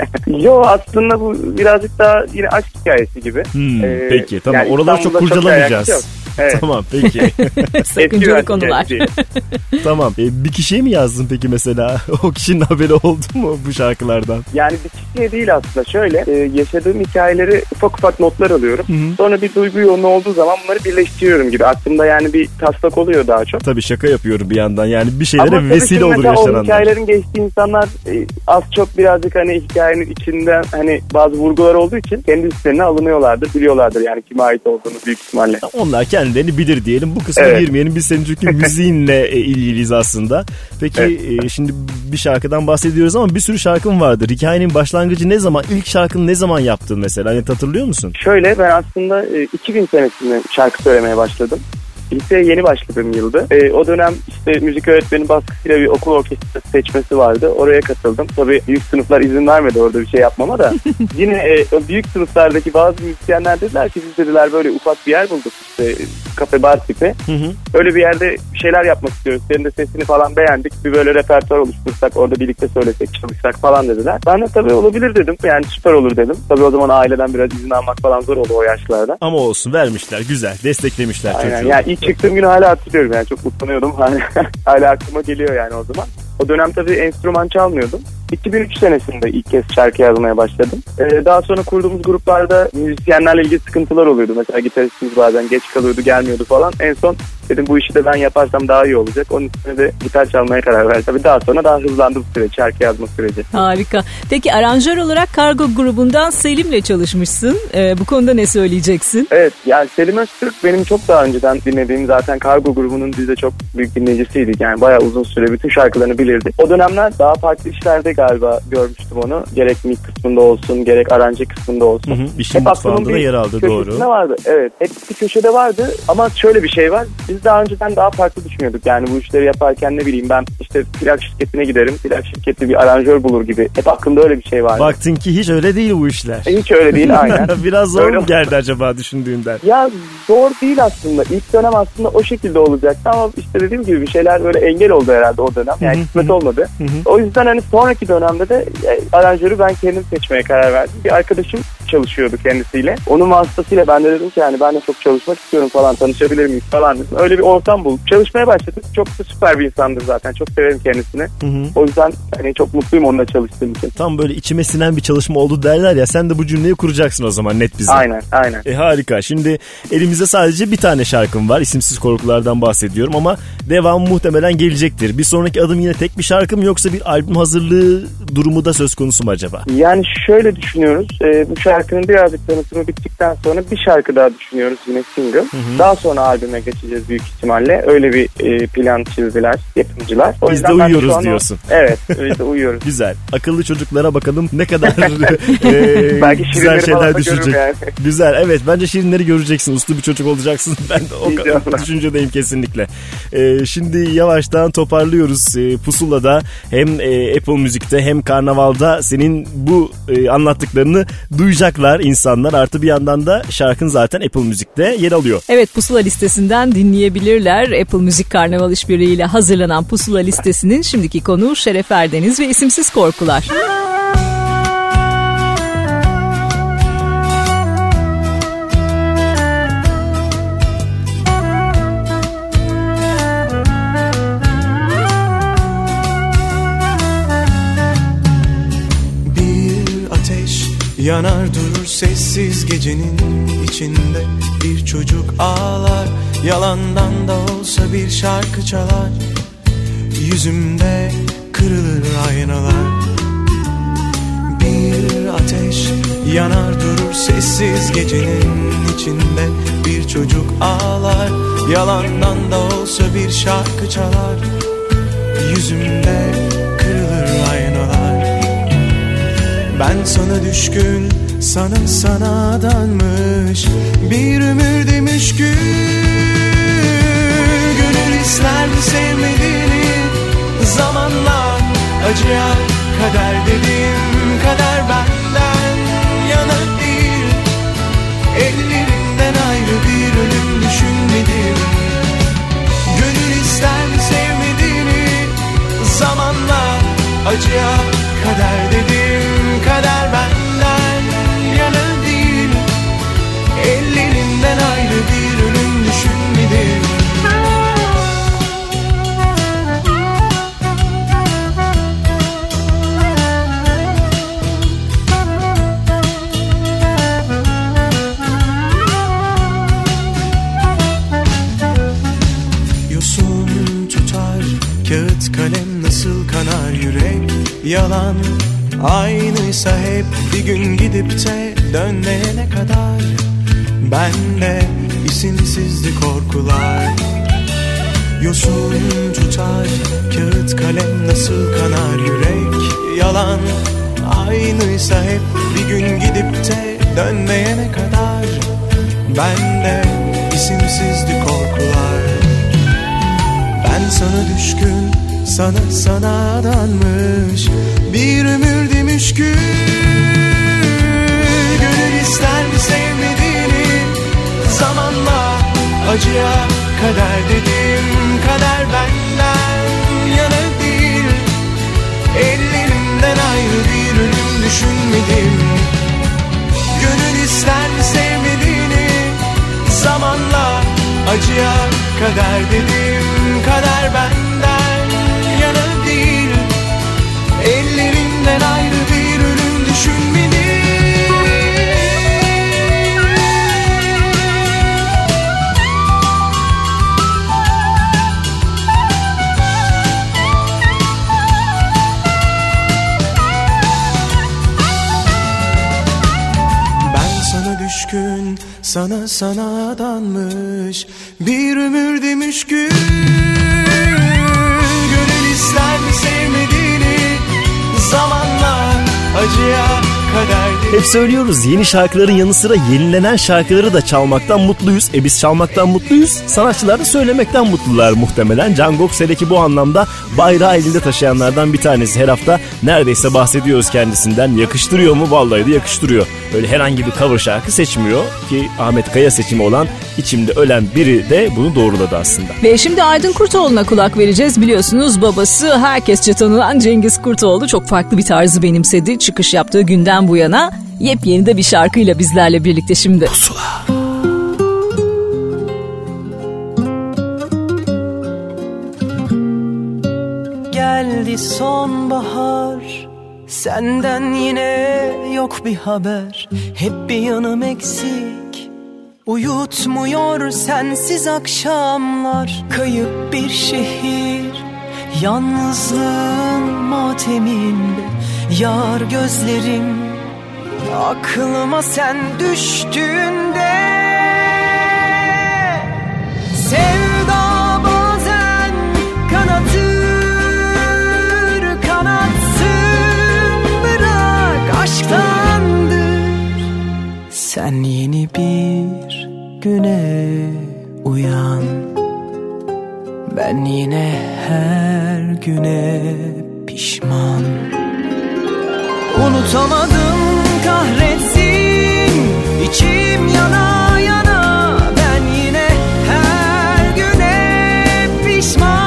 yo aslında bu birazcık daha yine aşk hikayesi gibi. Hmm, ee, peki tamam yani oraları çok kurcalamayacağız. Evet. Tamam peki. Sakıncalı konular. Tamam. E, bir kişiye mi yazdın peki mesela? O kişinin haberi oldu mu bu şarkılardan? Yani bir kişiye değil aslında. Şöyle e, yaşadığım hikayeleri ufak ufak notlar alıyorum. Hı hı. Sonra bir duygu yoğunluğu olduğu zaman bunları birleştiriyorum gibi. Aklımda yani bir taslak oluyor daha çok. Tabii şaka yapıyorum bir yandan. Yani bir şeylere ama vesile olur yaşananlar. O hikayelerin geçtiği insanlar e, az çok birazcık hani hikayenin içinden hani bazı vurgular olduğu için kendi üstlerine alınıyorlardır. Biliyorlardır yani kime ait olduğunu büyük ihtimalle. Onlar kendilerini bilir diyelim. Bu kısma evet. girmeyelim. Biz senin çünkü müziğinle ilgiliyiz aslında. Peki evet. e, şimdi bir şarkıdan bahsediyoruz ama bir sürü şarkın vardır. Hikayenin başlangıcı ne zaman? İlk şarkını ne zaman yaptın mesela? Hani hatırlıyor musun? Şöyle ben aslında e, iki bin senesinde şarkı söylemeye başladım. Liseye yeni başladığım yıldı. E, o dönem işte müzik öğretmenin baskısıyla bir okul orkestrası seçmesi vardı. Oraya katıldım. Tabii büyük sınıflar izin vermedi orada bir şey yapmama da. Yine e, o büyük sınıflardaki bazı müzisyenler dediler ki biz dediler böyle ufak bir yer bulduk. İşte kafe bar tipi. Hı hı. Öyle bir yerde bir şeyler yapmak istiyoruz. Senin de sesini falan beğendik. Bir böyle repertuar oluştursak orada birlikte söylesek çalışsak falan dediler. Ben de tabii olabilir dedim. Yani süper olur dedim. Tabii o zaman aileden biraz izin almak falan zor oldu o yaşlarda. Ama olsun vermişler. Güzel. Desteklemişler aynen. çocuğu. Yani ilk çıktığım günü hala hatırlıyorum. Yani çok utanıyordum. Hala, hala aklıma geliyor yani o zaman. O dönem tabii enstrüman çalmıyordum. iki bin üç senesinde ilk kez şarkı yazmaya başladım. Ee, daha sonra kurduğumuz gruplarda müzisyenlerle ilgili sıkıntılar oluyordu. Mesela gitaristimiz bazen geç kalıyordu, gelmiyordu falan. En son dedim bu işi de ben yaparsam daha iyi olacak. Onun üstüne de gitar çalmaya karar verdim. Tabii daha sonra daha hızlandı bu süreç, şarkı yazma süreci. Harika. Peki aranjör olarak Kargo grubundan Selim'le çalışmışsın. Ee, bu konuda ne söyleyeceksin? Evet, yani Selim Öztürk benim çok daha önceden dinlediğim, zaten Kargo grubunun bizde çok büyük dinleyicisiydik. Yani bayağı uzun süre bütün şarkılarını bilirdi. O dönemler daha farklı işlerde galiba görmüştüm onu. Gerek mix kısmında olsun, gerek aranje kısmında olsun. Hı hı, işin mutfağında da yer aldı, doğru. Vardı. Evet, hep bir köşede vardı ama şöyle bir şey var. Biz daha önceden daha farklı düşünüyorduk. Yani bu işleri yaparken ne bileyim ben işte plak şirketine giderim. Plak şirketi bir aranjör bulur gibi. Hep aklımda öyle bir şey vardı. Baktın ki hiç öyle değil bu işler. Hiç öyle değil aynen. Biraz zor öyle mu geldi acaba düşündüğünden? Ya zor değil aslında. İlk dönem aslında o şekilde olacaktı ama işte dediğim gibi bir şeyler böyle engel oldu herhalde o dönem. Yani kısmet olmadı. O yüzden hani sonraki dönemde de aranjörü ben kendim seçmeye karar verdim. Bir arkadaşım çalışıyordu kendisiyle. Onun vasıtasıyla ben de dedim ki yani ben de çok çalışmak istiyorum falan, tanışabilir miyiz falan dedim. Öyle bir ortam bulduk. Çalışmaya başladık. Çok da süper bir insandır zaten. Çok severim kendisini. Hı hı. O yüzden hani çok mutluyum onunla çalıştığım için. Tam böyle içime sinen bir çalışma oldu derler ya. Sen de bu cümleyi kuracaksın o zaman net bize. Aynen aynen. E, harika. Şimdi elimizde sadece bir tane şarkım var. İsimsiz korkulardan bahsediyorum ama devam muhtemelen gelecektir. Bir sonraki adım yine tek bir şarkı mı yoksa bir albüm hazırlığı durumu da söz konusu mu acaba? Yani şöyle düşünüyoruz. E, bu şarkının birazcık tanıtımı bittikten sonra bir şarkı daha düşünüyoruz yine single. Hı hı. Daha sonra albüme geçeceğiz büyük ihtimalle. Öyle bir e, plan çizdiler yapımcılar. O biz de uyuyoruz diyorsun. O... Evet biz de uyuyoruz. Güzel. Akıllı çocuklara bakalım ne kadar e, belki güzel şeyler düşecek. Yani. Güzel. Evet bence şirinleri göreceksin. Uslu bir çocuk olacaksın. Ben de o düşüncedeyim kesinlikle. E, şimdi yavaştan toparlıyoruz. E, Pusula'da hem e, Apple Müzik'te hem Karnaval'da senin bu e, anlattıklarını duyacağız. alacaklar insanlar. Artı bir yandan da şarkın zaten Apple Müzik'te yer alıyor. Evet, Pusula listesinden dinleyebilirler. Apple Müzik Karnaval işbirliğiyle hazırlanan Pusula listesinin şimdiki konuğu Şeref Erdeniz ve İsimsiz Korkular. Yanar durur sessiz gecenin içinde, bir çocuk ağlar, yalandan da olsa bir şarkı çalar. Yüzümde kırılır aynalar. Bir ateş yanar durur sessiz gecenin içinde, bir çocuk ağlar, yalandan da olsa bir şarkı çalar. Yüzümde kırılır aynalar. Ben sana düşkün, sana sana adanmış bir ömür demiş gün. Gönül ister mi sevmediğini, zamanla acıya kader dedim. Kader benden yana değil, ellerinden ayrı bir ölüm düşünmedim. Gönül ister mi sevmediğini, zamanla acıya kader dedim. Kader benden yana değil, ellerinden ayrı bir ölüm düşünmedim. Yosun tutar kağıt kalem, nasıl kanar yürek. Yalan aynıysa hep, bir gün gidip de dönmeyene kadar. Bende isimsizdi korkular. Yosun tutar kağıt kalem, nasıl kanar yürek. Yalan aynıysa hep, bir gün gidip de dönmeyene kadar. Bende isimsizdi korkular. Ben sana düşkün, sana sana adanmış bir ömür demiş gün. Gönül ister mi sevmediğini, zamanla acıya kader dedim. Kader benden yana değil, ellerinden ayrı bir ölüm düşünmedim. Gönül ister mi sevmediğini, zamanla acıya kader dedim. Kader benden yana değil, ellerinden ayrı bir ölüm düşünmedim. Ben sana düşkün, sana sana adanmış bir ömür demiş gün. Gönül ister mi sevmediğini, zamanla acıya kader. Hep söylüyoruz, yeni şarkıların yanı sıra yenilenen şarkıları da çalmaktan mutluyuz. E biz çalmaktan mutluyuz, sanatçılar da söylemekten mutlular muhtemelen. Can Göksel'deki bu anlamda bayrağı elinde taşıyanlardan bir tanesi. Her hafta neredeyse bahsediyoruz kendisinden. Yakıştırıyor mu? Vallahi de yakıştırıyor. Öyle herhangi bir cover şarkı seçmiyor ki Ahmet Kaya seçimi olan İçimde Ölen Biri de bunu doğruladı aslında. Ve şimdi Aydın Kurtoğlu'na kulak vereceğiz. Biliyorsunuz babası herkesçe tanınan Cengiz Kurtoğlu çok farklı bir tarzı benimsedi. Çıkış yaptığı günden bu yana yepyeni de bir şarkıyla bizlerle birlikte şimdi. Pusula. Geldi sonbahar, senden yine yok bir haber. Hep bir yanım eksik, uyutmuyor sensiz akşamlar. Kayıp bir şehir, yalnızlığın mateminde. Yar gözlerim, aklıma sen düştüğünde. Sevda bazen kanatır, kanatsın, bırak aşktandır. Sen yeni bir güne uyan, ben yine her güne pişman. Unutamadım kahretsin İçim yana yana ben yine her güne pişman.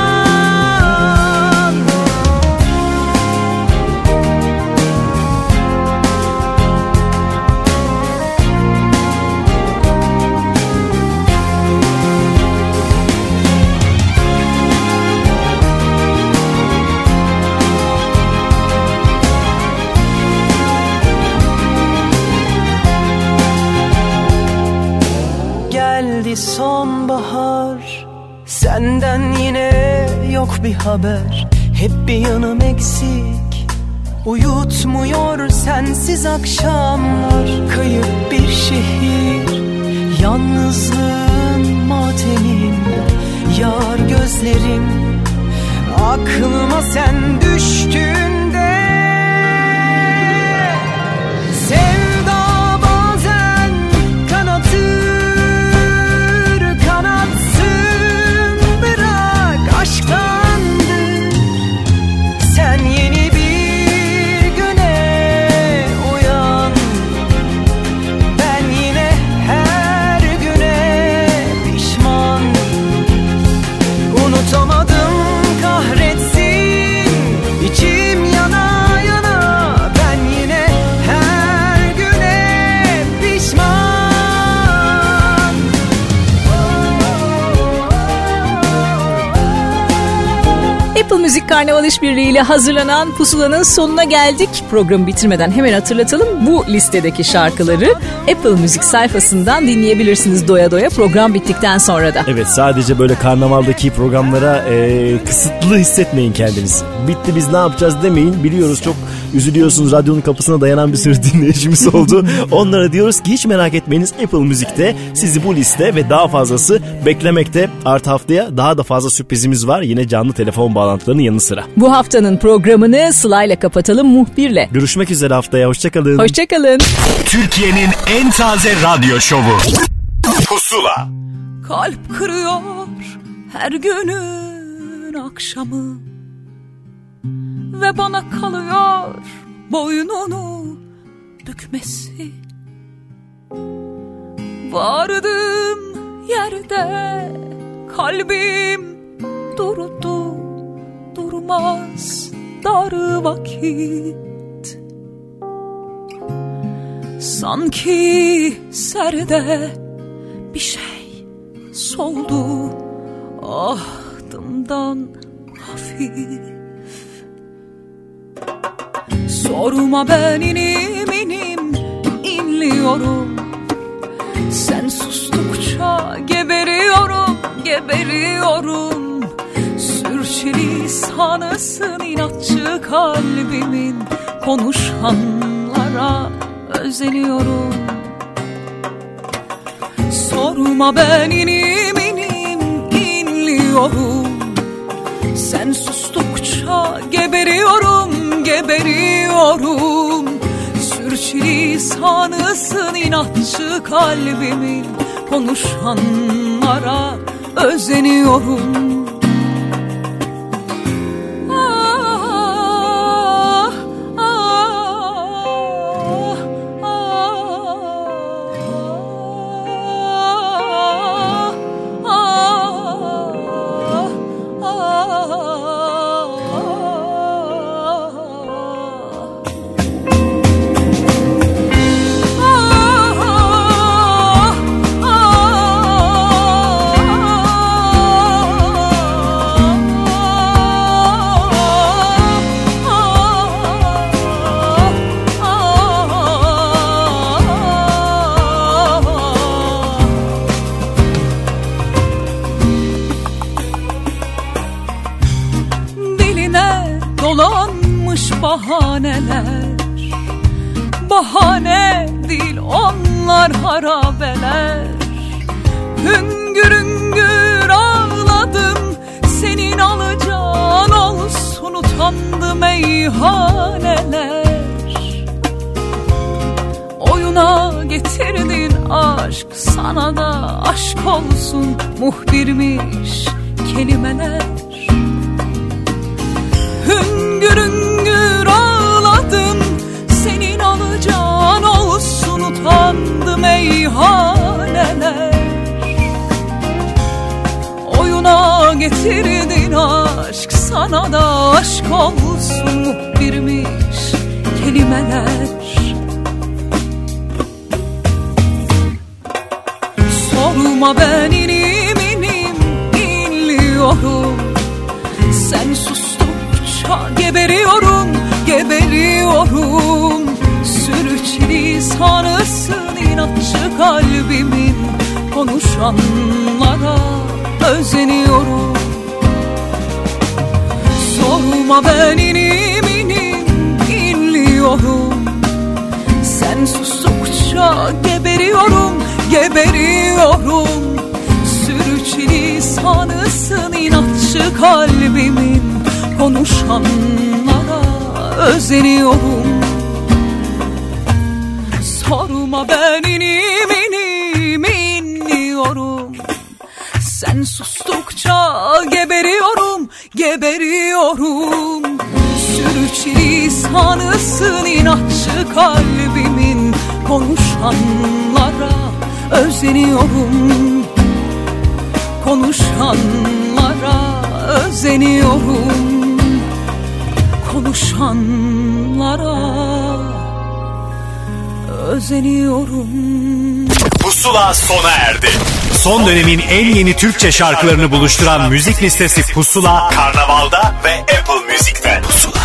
Geldi sonbahar, senden yine yok bir haber. Hep bir yanım eksik, uyutmuyor sensiz akşamlar. Kayıp bir şehir, yalnızlığın matemin. Yar gözlerim, aklıma sen düştüğünde. Sevda bazen kanatır, kanatsın, bırak aşktandır. Sen yeni bir güne uyan, ben yine her güne pişman. Unutamadım, kahretsin, içim yana yana ben yine her güne pişman. Apple Müzik Karnaval İşbirliği ile hazırlanan Pusula'nın sonuna geldik. Programı bitirmeden hemen hatırlatalım. Bu listedeki şarkıları Apple Müzik sayfasından dinleyebilirsiniz doya doya program bittikten sonra da. Evet, sadece böyle karnavaldaki programlara e, kısıtlı hissetmeyin kendinizi. Bitti biz ne yapacağız demeyin. Biliyoruz çok üzülüyorsunuz. Radyonun kapısına dayanan bir sürü dinleyicimiz oldu. Onlara diyoruz ki hiç merak etmeyiniz. Apple Müzik'te sizi bu liste ve daha fazlası beklemekte. Artı haftaya daha da fazla sürprizimiz var. Yine canlı telefon bağlantılarının yanı sıra. Bu haftanın programını Sıla'yla kapatalım, muhbirle. Görüşmek üzere haftaya. Hoşçakalın. Hoşçakalın. Türkiye'nin en taze radyo şovu Pusula. Kalp kırıyor her günün akşamı ve bana kalıyor boynunu bükmesi. Vardığım yerde kalbim durdu, durmaz dar vakit. Sanki serde bir şey soldu ahdımdan hafif. Sorma ben inim inim inliyorum. Sen sustukça geberiyorum, geberiyorum. Sürçülisanısın inatçı kalbimin. Konuşanlara özeniyorum. Sorma ben inim inim inliyorum. Sen sustukça geberiyorum, geberiyorum. Sürçülisanısın inatçı kalbimin. Konuşanlara özeniyorum. Bahaneler, bahane değil onlar harabeler. Hüngür hüngür ağladım, senin alacağın olsun utandı meyhaneler. Oyuna getirdin aşk, sana da aşk olsun muhbirmiş kelimeler. Hüngür hüngür ağladım, senin alacağın olsun utandı meyhaneler. aşk olsun muhbirmiş kelimeler. Sorma ben inim inim inliyorum. Sen sustukça geberiyorum, geberiyorum. Sürçülisanısın inatçı kalbimin, konuşanlara özeniyorum. Sorma ben inim inim inliyorum. Sen sustukça geberiyorum, geberiyorum. Sürçülisanısın inatçı kalbimin, konuşanlara özeniyorum. Sorma ben inim inim inliyorum. Sen sustukça geberiyorum, geberiyorum. Sürçülisanısın inatçı kalbimin, konuşanlara özeniyorum. Konuşanlara özeniyorum. Konuşanlara özeniyorum. Pusula sona erdi. Son dönemin en yeni Türkçe şarkılarını buluşturan müzik listesi Pusula, Karnaval'da ve Apple Music'te. Pusula.